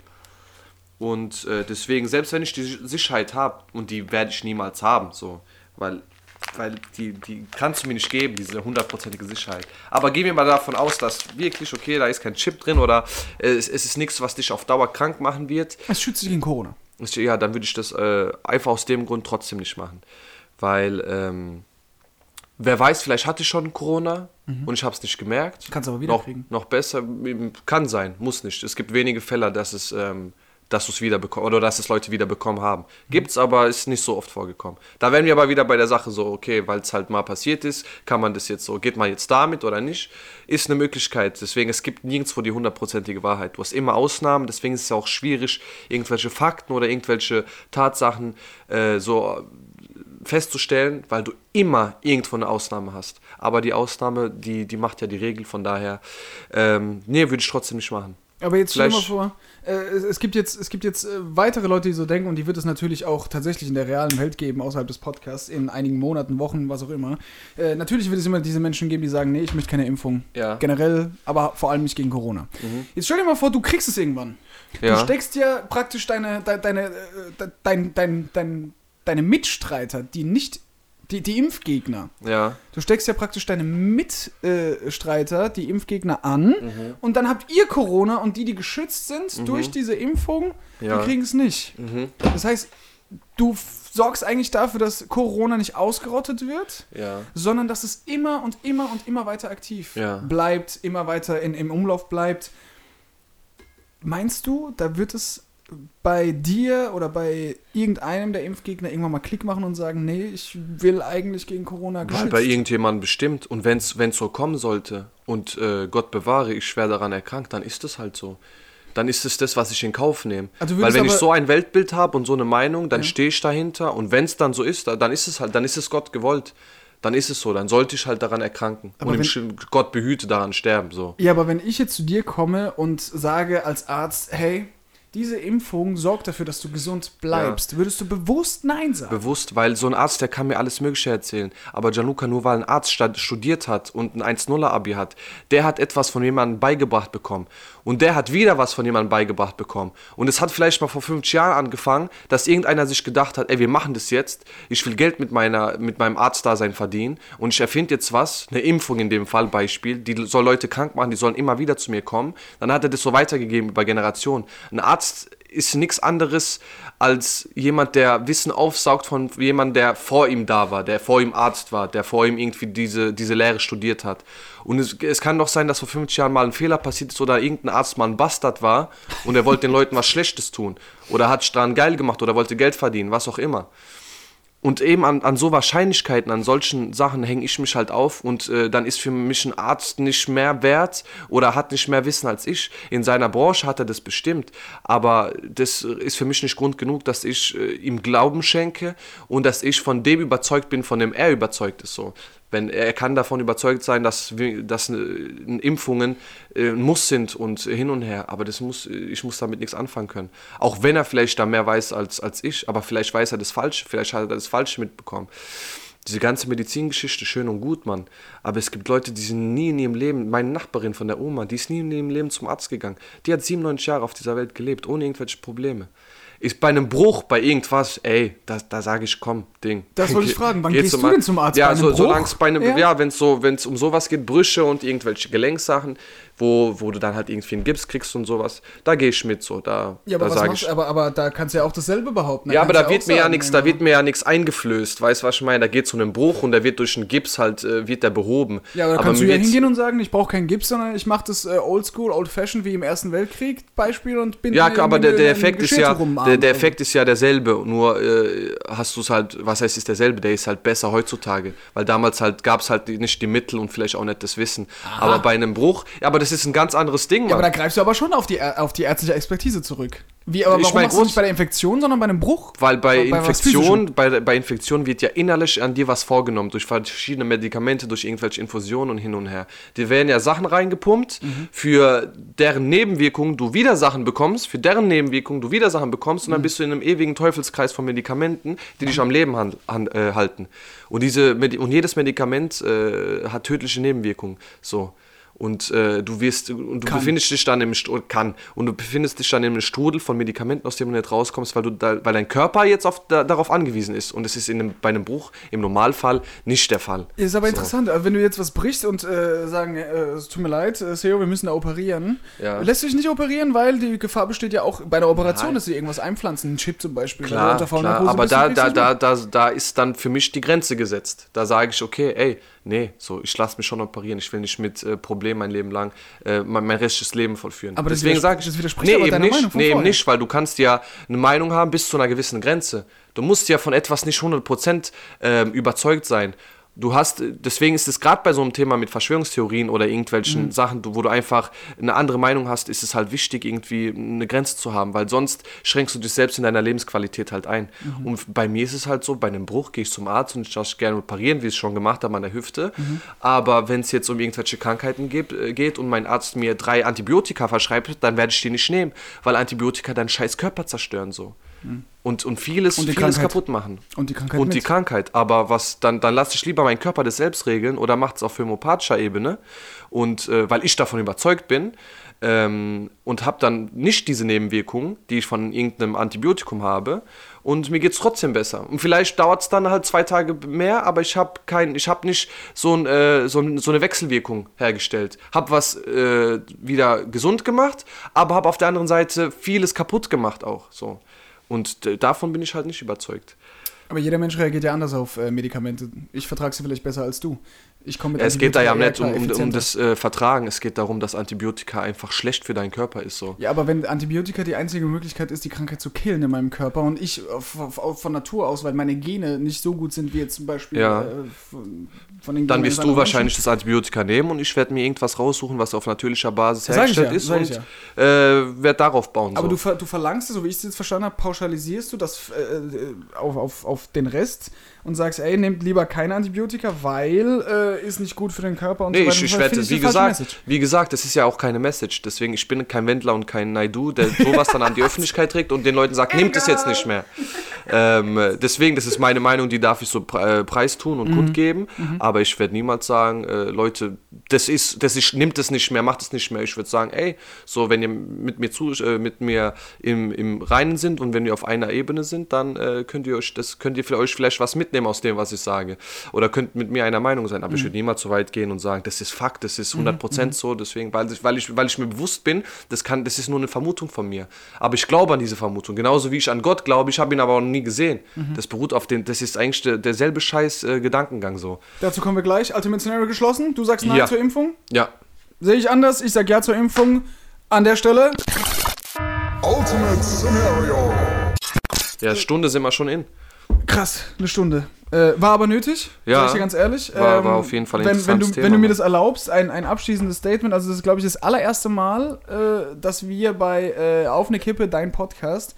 Und äh, deswegen, selbst wenn ich die Sicherheit habe, und die werde ich niemals haben, so, weil, weil die, die kannst du mir nicht geben, diese hundertprozentige Sicherheit. Aber gehen wir mal davon aus, dass wirklich, okay, da ist kein Chip drin oder äh, es, es ist nichts, was dich auf Dauer krank machen wird. Es schützt dich gegen Corona. Ist- Ja, dann würde ich das äh, einfach aus dem Grund trotzdem nicht machen. Weil, ähm, wer weiß, vielleicht hatte ich schon Corona und ich habe es nicht gemerkt. Kannst aber wieder noch, kriegen. noch besser, kann sein, muss nicht. Es gibt wenige Fälle, dass es, ähm, dass du es wieder bekommst oder dass es Leute wieder bekommen haben. Gibt's, aber ist nicht so oft vorgekommen. Da wären wir aber wieder bei der Sache so, okay, weil es halt mal passiert ist, kann man das jetzt so, geht man jetzt damit oder nicht? Ist eine Möglichkeit. Deswegen, es gibt nirgendwo die hundertprozentige Wahrheit. Du hast immer Ausnahmen, deswegen ist es auch schwierig, irgendwelche Fakten oder irgendwelche Tatsachen äh, so festzustellen, weil du immer irgendwo eine Ausnahme hast. Aber die Ausnahme, die, die macht ja die Regel, von daher, ähm, nee, würde ich trotzdem nicht machen. Aber jetzt stell dir mal Vielleicht- vor, äh, es, es gibt jetzt, es gibt jetzt äh, weitere Leute, die so denken, und die wird es natürlich auch tatsächlich in der realen Welt geben, außerhalb des Podcasts, in einigen Monaten, Wochen, was auch immer. Äh, natürlich wird es immer diese Menschen geben, die sagen, nee, ich möchte keine Impfung. Ja. Generell, aber vor allem nicht gegen Corona. Jetzt stell dir mal vor, du kriegst es irgendwann. Ja. Du steckst ja praktisch deine, de, deine, äh, de, dein, dein, dein, deine Mitstreiter, die nicht, die, die Impfgegner, Ja. du steckst ja praktisch deine Mitstreiter, die Impfgegner an, Mhm. und dann habt ihr Corona, und die, die geschützt sind durch diese Impfung, Ja. die kriegen es nicht. Mhm. Das heißt, du f- sorgst eigentlich dafür, dass Corona nicht ausgerottet wird, Ja. sondern dass es immer und immer und immer weiter aktiv Ja. bleibt, immer weiter in, im Umlauf bleibt. Meinst du, da wird es bei dir oder bei irgendeinem der Impfgegner irgendwann mal Klick machen und sagen, nee, ich will eigentlich gegen Corona Weil geschützt? bei irgendjemandem bestimmt. Und wenn es so kommen sollte und äh, Gott bewahre, ich schwer daran erkrankt, dann ist es halt so. Dann ist es das, was ich in Kauf nehme. Also Weil würdest wenn ich aber- so ein Weltbild habe und so eine Meinung, dann Ja. stehe ich dahinter. Und wenn es dann so ist, dann ist es halt, dann ist es Gott gewollt. Dann ist es so. Dann sollte ich halt daran erkranken. Aber und im wenn- Sch- Gott behüte daran sterben. So. Ja, aber wenn ich jetzt zu dir komme und sage als Arzt, hey, diese Impfung sorgt dafür, dass du gesund bleibst, würdest du bewusst Nein sagen? Bewusst, weil so ein Arzt, der kann mir alles Mögliche erzählen. Aber Gianluca, nur weil ein Arzt sta- studiert hat und ein eins null Abi hat, der hat etwas von jemandem beigebracht bekommen. Und der hat wieder was von jemandem beigebracht bekommen. Und es hat vielleicht mal vor fünfzig Jahren angefangen, dass irgendeiner sich gedacht hat, ey, wir machen das jetzt, ich will Geld mit, meiner, mit meinem Arztdasein verdienen und ich erfinde jetzt was, eine Impfung in dem Fall, Beispiel, die soll Leute krank machen, die sollen immer wieder zu mir kommen. Dann hat er das so weitergegeben über Generationen. Ein Arzt ist nichts anderes als jemand, der Wissen aufsaugt von jemandem, der vor ihm da war, der vor ihm Arzt war, der vor ihm irgendwie diese, diese Lehre studiert hat. Und es, es kann doch sein, dass vor fünfzig Jahren mal ein Fehler passiert ist oder irgendein Arzt mal ein Bastard war und er wollte den Leuten was Schlechtes tun oder hat sich dran geil gemacht oder wollte Geld verdienen, was auch immer. Und eben an, an so Wahrscheinlichkeiten, an solchen Sachen hänge ich mich halt auf und äh, dann ist für mich ein Arzt nicht mehr wert oder hat nicht mehr Wissen als ich. In seiner Branche hat er das bestimmt, aber das ist für mich nicht Grund genug, dass ich äh, ihm Glauben schenke und dass ich von dem überzeugt bin, von dem er überzeugt ist. So. Wenn er kann davon überzeugt sein, dass, wir, dass äh, Impfungen äh, ein Muss sind und hin und her, aber das muss, ich muss damit nichts anfangen können. Auch wenn er vielleicht da mehr weiß als, als ich, aber vielleicht weiß er das Falsche, vielleicht hat er das Falsche mitbekommen. Diese ganze Medizingeschichte, schön und gut, Mann. Aber es gibt Leute, die sind nie in ihrem Leben, meine Nachbarin von der Oma, die ist nie in ihrem Leben zum Arzt gegangen. Die hat siebenundneunzig Jahre auf dieser Welt gelebt, ohne irgendwelche Probleme. Ist bei einem Bruch, bei irgendwas, ey, da, da sage ich, komm, Ding. Das wollte ich fragen, wann Geh gehst zum du Arzt. denn zum Arzt? Ja, Bei einem so, Bruch? solange es bei einem, Ja. ja, wenn es so, wenn's um sowas geht, Brüche und irgendwelche Gelenksachen, wo, wo du dann halt irgendwie einen Gips kriegst und sowas. Da gehe ich mit so, da, Ja, aber, da was sage machst, ich. aber, aber da kannst du ja auch dasselbe behaupten. Ja, aber da kannst wird auch mir ja sagen, nichts, da immer- wird mir ja nichts eingeflößt, weißt du, was ich meine? Da geht es um einen Bruch und der wird durch einen Gips halt, äh, wird der behoben. Ja, aber da aber kannst du mir ja geht's- hingehen und sagen, ich brauche keinen Gips, sondern ich mache das äh, oldschool, old-fashioned wie im Ersten Weltkrieg Beispiel und bin Ja, mir aber der, irgendwie der ein Effekt ist Geschirrtuch ja, um den Arm der, der oder so. Effekt ist ja derselbe, nur äh, hast du es halt, was heißt ist derselbe, der ist halt besser heutzutage, weil damals halt gab es halt nicht die Mittel und vielleicht auch nicht das Wissen. Aber bei einem Bruch, ja, aber das ist ein ganz anderes Ding, Ja, aber Mann. da greifst du aber schon auf die, Ä- auf die ärztliche Expertise zurück. Wie, aber Ich warum mein, machst du nicht bei der Infektion, sondern bei einem Bruch? Weil bei, Bei was Infektion, bei, bei Infektion wird ja innerlich an dir was vorgenommen, durch verschiedene Medikamente, durch irgendwelche Infusionen und hin und her. Dir werden ja Sachen reingepumpt, Mhm. für deren Nebenwirkungen du wieder Sachen bekommst, für deren Nebenwirkungen du wieder Sachen bekommst und dann Mhm. bist du in einem ewigen Teufelskreis von Medikamenten, die dich am Leben han, han, äh, halten. Und, diese, Medi- und jedes Medikament äh, hat tödliche Nebenwirkungen. So. Und äh, du wirst und du Kann. befindest dich dann im Strudel, kann und du befindest dich dann im Strudel von Medikamenten, aus dem du nicht rauskommst, weil du da, weil dein Körper jetzt auf, da, darauf angewiesen ist. Und es ist in einem, bei einem Bruch im Normalfall nicht der Fall. Ist aber So. interessant, aber wenn du jetzt was brichst und äh, sagen, äh, es tut mir leid, äh, Seo, wir müssen da operieren. Ja. Lässt sich nicht operieren, weil die Gefahr besteht ja auch bei einer Operation, Nein. dass sie irgendwas einpflanzen, einen Chip zum Beispiel. Wenn du Klar, unter klar, Vollnarkose aber bist, da, dann kriegst da, du's da, mit. da, da ist dann für mich die Grenze gesetzt. Da sage ich, okay, ey, nee, so, ich lasse mich schon operieren. Ich will nicht mit äh, Problemen mein Leben lang, äh, mein, mein restliches Leben vollführen. Aber das Deswegen widersp- sage ich, das widerspricht nee, aber eben deiner nicht, Meinung von nee, eben vorher. nicht, weil du kannst ja eine Meinung haben bis zu einer gewissen Grenze. Du musst ja von etwas nicht hundert Prozent ähm, überzeugt sein. Du hast, deswegen ist es gerade bei so einem Thema mit Verschwörungstheorien oder irgendwelchen Mhm. Sachen, wo du einfach eine andere Meinung hast, ist es halt wichtig, irgendwie eine Grenze zu haben, weil sonst schränkst du dich selbst in deiner Lebensqualität halt ein. Mhm. Und bei mir ist es halt so, bei einem Bruch gehe ich zum Arzt und ich lasse gerne operieren, wie ich es schon gemacht habe an der Hüfte. Mhm. Aber wenn es jetzt um irgendwelche Krankheiten geht, äh, geht und mein Arzt mir drei Antibiotika verschreibt, dann werde ich die nicht nehmen, weil Antibiotika deinen scheiß Körper zerstören so. Und, und vieles, Und die vieles Krankheit. kaputt machen. Und die Krankheit Und mit. die Krankheit. Aber was, dann, dann lasse ich lieber meinen Körper das selbst regeln oder macht es auf homöopathischer Ebene. Und äh, weil ich davon überzeugt bin ähm, und habe dann nicht diese Nebenwirkungen, die ich von irgendeinem Antibiotikum habe. Und mir geht es trotzdem besser. Und vielleicht dauert es dann halt zwei Tage mehr, aber ich habe kein, ich habe nicht so, ein, äh, so, ein, so eine Wechselwirkung hergestellt. Habe was äh, wieder gesund gemacht, aber habe auf der anderen Seite vieles kaputt gemacht auch. So. Und äh, davon bin ich halt nicht überzeugt. Aber jeder Mensch reagiert ja anders auf äh, Medikamente. Ich vertrage sie vielleicht besser als du. Ich komme mit Ja, es geht da ja Antibiotika nicht eher um, klar, um, um effizienter. das äh, Vertragen. Es geht darum, dass Antibiotika einfach schlecht für deinen Körper ist. So. Ja, aber wenn Antibiotika die einzige Möglichkeit ist, die Krankheit zu killen in meinem Körper und ich auf, auf, auf, von Natur aus, weil meine Gene nicht so gut sind wie jetzt zum Beispiel Ja. äh, von, von den Dann Genen wirst eines du anderen wahrscheinlich Menschen. das Antibiotika nehmen und ich werde mir irgendwas raussuchen, was auf natürlicher Basis Das sag ich hergestellt ja, ist sag und ich äh, werde darauf bauen. Aber so. du, ver, du verlangst, so wie ich es jetzt verstanden habe, pauschalisierst du das äh, äh, auf, auf, auf den Rest und sagst, ey, nehmt lieber keine Antibiotika, weil äh, ist nicht gut für den Körper und Nee, so weiter. ich, und ich so fort. werde, Finde wie eine falsche gesagt, Message. wie gesagt, das ist ja auch keine Message. Deswegen, ich bin kein Wendler und kein Naidu, der sowas dann an die Öffentlichkeit trägt und den Leuten sagt, nimmt es jetzt nicht mehr. Ähm, deswegen, das ist meine Meinung, die darf ich so pre äh, preistun und Mhm. kundgeben. Aber ich werde niemals sagen, äh, Leute, das ist, das ist, nimmt es nicht mehr, macht es nicht mehr. Ich würde sagen, ey, so, wenn ihr mit mir zu, äh, mit mir im, im Reinen sind und wenn wir auf einer Ebene sind, dann äh, könnt ihr euch, das könnt ihr für euch vielleicht was mitnehmen aus dem, was ich sage. Oder könnt mit mir einer Meinung sein. Aber ich würde niemals so weit gehen und sagen, das ist Fakt, das ist hundert Prozent so. Deswegen, weil ich, weil ich, weil ich mir bewusst bin, das kann, das ist nur eine Vermutung von mir. Aber ich glaube an diese Vermutung. Genauso wie ich an Gott glaube, ich habe ihn aber auch noch nie gesehen. Das beruht auf den, das ist eigentlich der, derselbe scheiß äh, Gedankengang so. Dazu kommen wir gleich. Ultimate Scenario geschlossen. Du sagst Nein Ja. zur Impfung. Ja. Sehe ich anders. Ich sag Ja zur Impfung. An der Stelle. Ultimate Scenario. Ja, Stunde sind wir schon in. Krass, eine Stunde. Äh, war aber nötig, Ja, sag ich dir ganz ehrlich. Ähm, war- war auf jeden Fall ein wenn, wenn, interessantes du, Thema, wenn du mir Mann. das erlaubst, ein, ein abschließendes Statement. Also das ist, glaube ich, das allererste Mal, äh, dass wir bei äh, Auf eine Kippe, dein Podcast,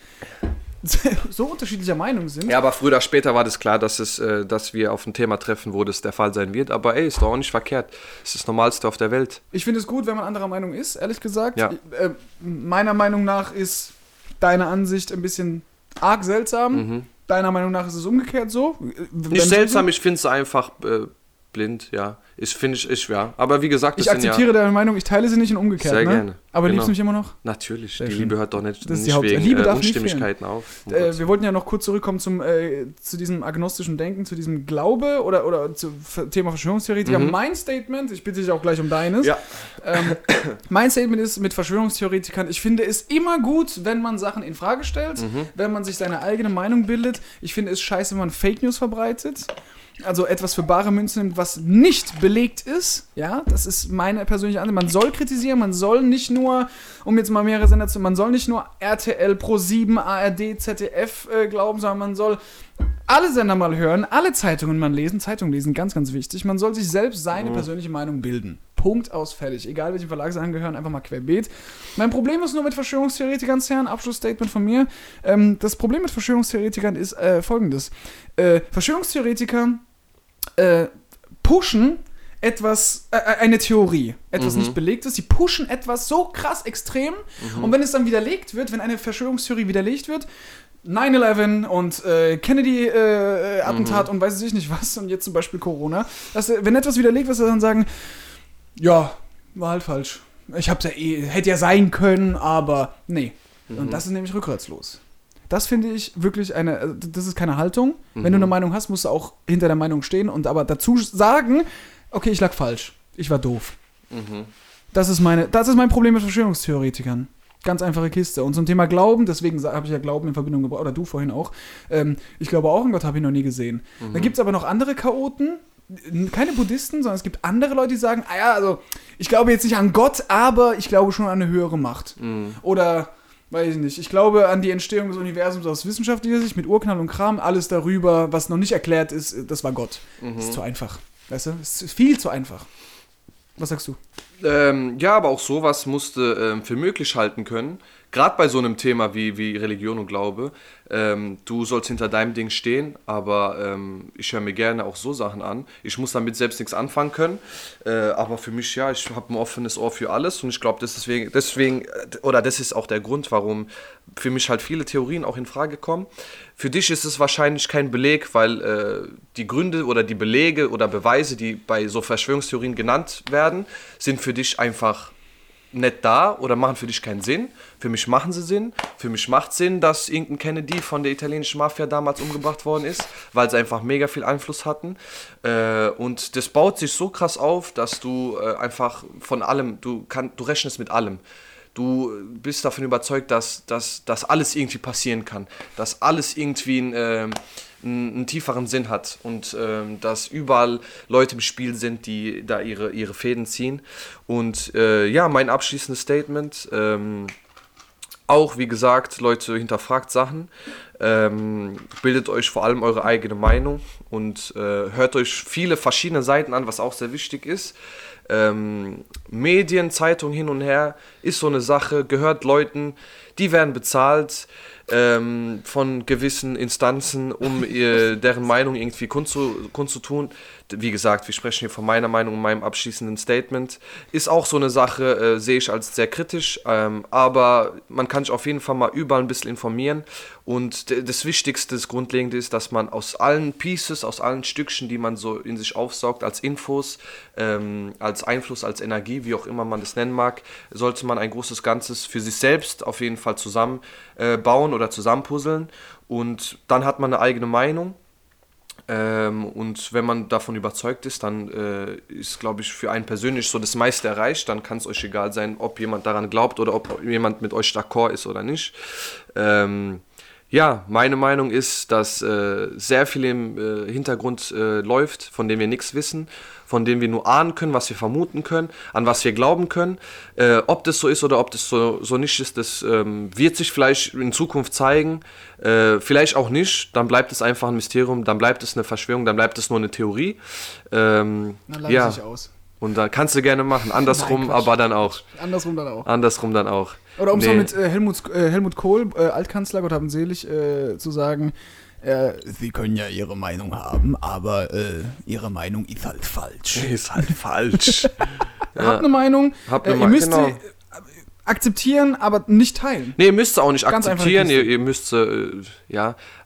so unterschiedlicher Meinung sind. Ja, aber früher oder später war das klar, dass, es, äh, dass wir auf ein Thema treffen, wo das der Fall sein wird. Aber ey, ist doch auch nicht verkehrt. Es ist das Normalste auf der Welt. Ich finde es gut, wenn man anderer Meinung ist, ehrlich gesagt. Ja. Äh, meiner Meinung nach ist deine Ansicht ein bisschen arg seltsam. Deiner Meinung nach ist es umgekehrt so. Nicht seltsam, ich finde es einfach äh, blind, ja. Ich finde ich, ich, ja. Aber wie gesagt, das Ich akzeptiere sind ja, deine Meinung, ich teile sie nicht und umgekehrt. Sehr ne? gerne. Aber Genau. liebst du mich immer noch? Natürlich, Sehr die schön. Liebe hört doch nicht, Das ist die nicht Haupt- wegen Liebe äh, darf nicht Unstimmigkeiten auf. Um Äh, Gottes wir wollten ja noch kurz zurückkommen zum, äh, zu diesem agnostischen Denken, zu diesem Glaube oder, oder zu F- Thema Verschwörungstheoretiker. Mhm. Mein Statement, ich bitte dich auch gleich um deines. Ja. Ähm, mein Statement ist mit Verschwörungstheoretikern, ich finde es immer gut, wenn man Sachen in Frage stellt, Mhm. wenn man sich seine eigene Meinung bildet. Ich finde es scheiße, wenn man Fake News verbreitet. Also etwas für bare Münze nimmt, was nicht belegt ist. Ja, das ist meine persönliche Ansicht. Man soll kritisieren, man soll nicht nur, um jetzt mal mehrere Sender zu, man soll nicht nur R T L, Pro sieben, A R D, Z D F äh, glauben, sondern man soll alle Sender mal hören, alle Zeitungen mal lesen. Zeitungen lesen, ganz, ganz wichtig. Man soll sich selbst seine Mhm. persönliche Meinung bilden. Punkt aus, fertig. Egal welchen Verlag sie angehören, einfach mal querbeet. Mein Problem ist nur mit Verschwörungstheoretikern, Herren, Abschlussstatement von mir. Ähm, das Problem mit Verschwörungstheoretikern ist äh, folgendes. Äh, Verschwörungstheoretiker äh, pushen etwas, äh, eine Theorie, etwas Mhm. nicht Belegtes, sie pushen etwas so krass extrem Mhm. und wenn es dann widerlegt wird, wenn eine Verschwörungstheorie widerlegt wird, nine eleven und äh, Kennedy-Attentat Mhm. und weiß ich nicht was und jetzt zum Beispiel Corona, dass, äh, wenn etwas widerlegt wird, dass sie dann sagen, ja, war halt falsch. Ich hab's ja eh, hätte ja sein können, aber nee. Mhm. Und das ist nämlich rückgratslos. Das finde ich wirklich eine, also das ist keine Haltung. Mhm. Wenn du eine Meinung hast, musst du auch hinter der Meinung stehen und aber dazu sagen, okay, ich lag falsch. Ich war doof. Mhm. Das ist meine, das ist mein Problem mit Verschwörungstheoretikern. Ganz einfache Kiste. Und zum Thema Glauben, deswegen habe ich ja Glauben in Verbindung gebracht, oder du vorhin auch. Ähm, ich glaube auch an Gott, habe ich noch nie gesehen. Mhm. Da gibt es aber noch andere Chaoten, keine Buddhisten, sondern es gibt andere Leute, die sagen, ah ja, also ich glaube jetzt nicht an Gott, aber ich glaube schon an eine höhere Macht. Mhm. Oder, weiß ich nicht, ich glaube an die Entstehung des Universums aus wissenschaftlicher Sicht, mit Urknall und Kram, alles darüber, was noch nicht erklärt ist, das war Gott. Mhm. Das ist zu einfach. Weißt du, das ist viel zu einfach. Was sagst du? Ähm, ja, aber auch sowas musste ähm, für möglich halten können. Gerade bei so einem Thema wie, wie Religion und Glaube. Ähm, du sollst hinter deinem Ding stehen, aber ähm, ich höre mir gerne auch so Sachen an. Ich muss damit selbst nichts anfangen können. Äh, aber für mich, ja, ich habe ein offenes Ohr für alles. Und ich glaube, deswegen, deswegen, oder das ist auch der Grund, warum für mich halt viele Theorien auch in Frage kommen. Für dich ist es wahrscheinlich kein Beleg, weil äh, die Gründe oder die Belege oder Beweise, die bei so Verschwörungstheorien genannt werden, sind für dich einfach nicht da oder machen für dich keinen Sinn. Für mich machen sie Sinn. Für mich macht Sinn, dass irgendein Kennedy von der italienischen Mafia damals umgebracht worden ist, weil sie einfach mega viel Einfluss hatten. Äh, und das baut sich so krass auf, dass du äh, einfach von allem, du, kann, du rechnest mit allem. Du bist davon überzeugt, dass, dass, dass alles irgendwie passieren kann, dass alles irgendwie ein, äh, einen, einen tieferen Sinn hat und ähm, dass überall Leute im Spiel sind, die da ihre, ihre Fäden ziehen. Und äh, ja, mein abschließendes Statement, ähm, auch wie gesagt, Leute, hinterfragt Sachen, ähm, bildet euch vor allem eure eigene Meinung und äh, hört euch viele verschiedene Seiten an, was auch sehr wichtig ist. Ähm, Medien, Zeitung hin und her ist so eine Sache, gehört Leuten, die werden bezahlt ähm, von gewissen Instanzen, um ihr, deren Meinung irgendwie kundzu, kundzutun. Wie gesagt, wir sprechen hier von meiner Meinung und meinem abschließenden Statement. Ist auch so eine Sache, äh, sehe ich als sehr kritisch, ähm, aber man kann sich auf jeden Fall mal überall ein bisschen informieren und d- das Wichtigste, das Grundlegende ist, dass man aus allen Pieces, aus allen Stückchen, die man so in sich aufsaugt, als Infos, ähm, als Einfluss, als Energie, wie auch immer man das nennen mag, sollte man ein großes Ganzes für sich selbst auf jeden Fall zusammen äh, bauen oder zusammenpuzzeln und dann hat man eine eigene Meinung. Ähm, und wenn man davon überzeugt ist, dann äh, ist, glaube ich, für einen persönlich so das meiste erreicht. Dann kann es euch egal sein, ob jemand daran glaubt oder ob jemand mit euch d'accord ist oder nicht. Ähm, ja, meine Meinung ist, dass äh, sehr viel im äh, Hintergrund äh, läuft, von dem wir nichts wissen, von dem wir nur ahnen können, was wir vermuten können, an was wir glauben können. Äh, ob das so ist oder ob das so, so nicht ist, das ähm, wird sich vielleicht in Zukunft zeigen. Äh, vielleicht auch nicht, dann bleibt es einfach ein Mysterium, dann bleibt es eine Verschwörung, dann bleibt es nur eine Theorie. Ähm, Dann lade ja. ich dich aus. Und dann kannst du gerne machen, andersrum, Nein, Quatsch. aber dann auch. Andersrum dann auch. Andersrum dann auch. Oder um es Nee. mal mit äh, Helmut, äh, Helmut Kohl, äh, Altkanzler, Gott haben selig, äh, zu sagen, äh, Sie können ja Ihre Meinung haben, aber äh, Ihre Meinung ist halt falsch. Ist halt falsch. Habt eine Meinung, Habt äh, eine ihr Meinung, müsst genau. sie aktiefakzeptieren, aber nicht teilen. Nee, ihr müsst sie auch nicht Ganz akzeptieren, einfache ihr, ihr müsst sie, äh, ja,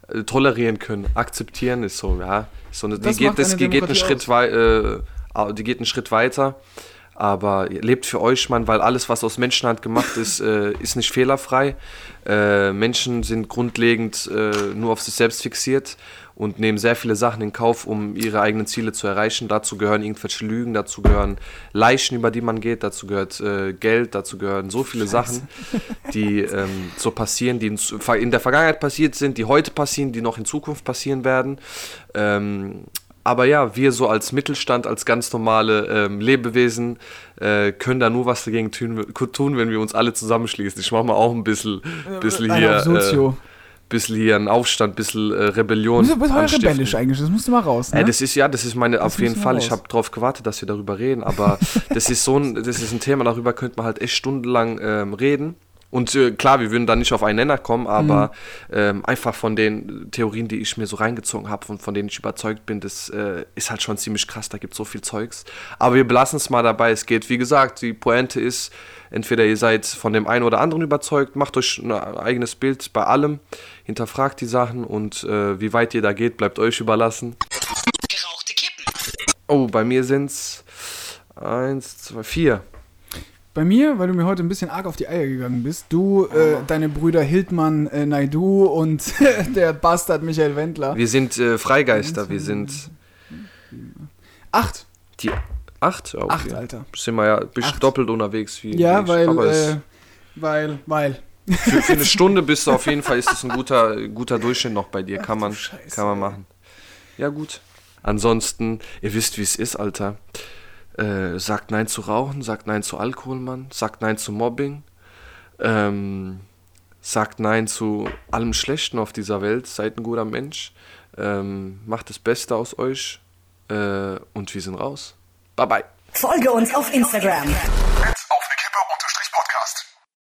äh, tolerieren können. Akzeptieren ist so, ja. Ist so eine, die, Das geht, macht das, eine die, geht einen Demokratie Schritt wei- äh, die geht einen Schritt weiter. Aber ihr lebt für euch, Mann, weil alles, was aus Menschenhand gemacht ist, äh, ist nicht fehlerfrei. Äh, Menschen sind grundlegend äh, nur auf sich selbst fixiert und nehmen sehr viele Sachen in Kauf, um ihre eigenen Ziele zu erreichen. Dazu gehören irgendwelche Lügen, dazu gehören Leichen, über die man geht, dazu gehört äh, Geld, dazu gehören so viele Sachen, die ähm, so passieren, die in, in der Vergangenheit passiert sind, die heute passieren, die noch in Zukunft passieren werden. Ähm, Aber ja, wir so als Mittelstand, als ganz normale ähm, Lebewesen äh, können da nur was dagegen tun, tun, wenn wir uns alle zusammenschließen. Ich mache mal auch ein bisschen, bisschen Ein hier, auf Sozio. äh, bisschen hier einen Aufstand, ein bisschen äh, Rebellion. Du bist aber anstiften. rebellisch eigentlich, das musst du mal raus, ne? Äh, das ist ja, das ist meine, Das auf jeden müssen wir Fall. raus. Ich habe darauf gewartet, dass wir darüber reden, aber das ist so ein, das ist ein Thema, darüber könnte man halt echt stundenlang ähm, reden. Und äh, klar, wir würden da nicht auf einen Nenner kommen, aber mhm. ähm, einfach von den Theorien, die ich mir so reingezogen habe und von denen ich überzeugt bin, das äh, ist halt schon ziemlich krass, da gibt es so viel Zeugs. Aber wir belassen es mal dabei, es geht, wie gesagt, die Pointe ist, entweder ihr seid von dem einen oder anderen überzeugt, macht euch ein eigenes Bild bei allem, hinterfragt die Sachen und äh, wie weit ihr da geht, bleibt euch überlassen. Gerauchte Kippen. Oh, bei mir sind es eins, zwei, vier. Bei mir, weil du mir heute ein bisschen arg auf die Eier gegangen bist, du, äh, deine Brüder Hildmann äh, Naidu und der Bastard Michael Wendler. Wir sind äh, Freigeister, wir sind Acht. die acht. Okay. Acht, Alter. Sind wir ja ein bisschen Acht. doppelt unterwegs wie Ja, wie ich. weil, Aber es- äh, weil, weil. für, für eine Stunde bist du auf jeden Fall, ist das ein guter, guter Durchschnitt noch bei dir. Kann Ach du man, Scheiße, kann man ey. machen. Ja, gut. Ansonsten, ihr wisst, wie es ist, Alter. Äh, sagt Nein zu Rauchen, sagt Nein zu Alkohol, Mann. Sagt Nein zu Mobbing. Ähm, sagt Nein zu allem Schlechten auf dieser Welt. Seid ein guter Mensch. Ähm, macht das Beste aus euch. Äh, und wir sind raus. Bye, bye. Folge uns auf Instagram.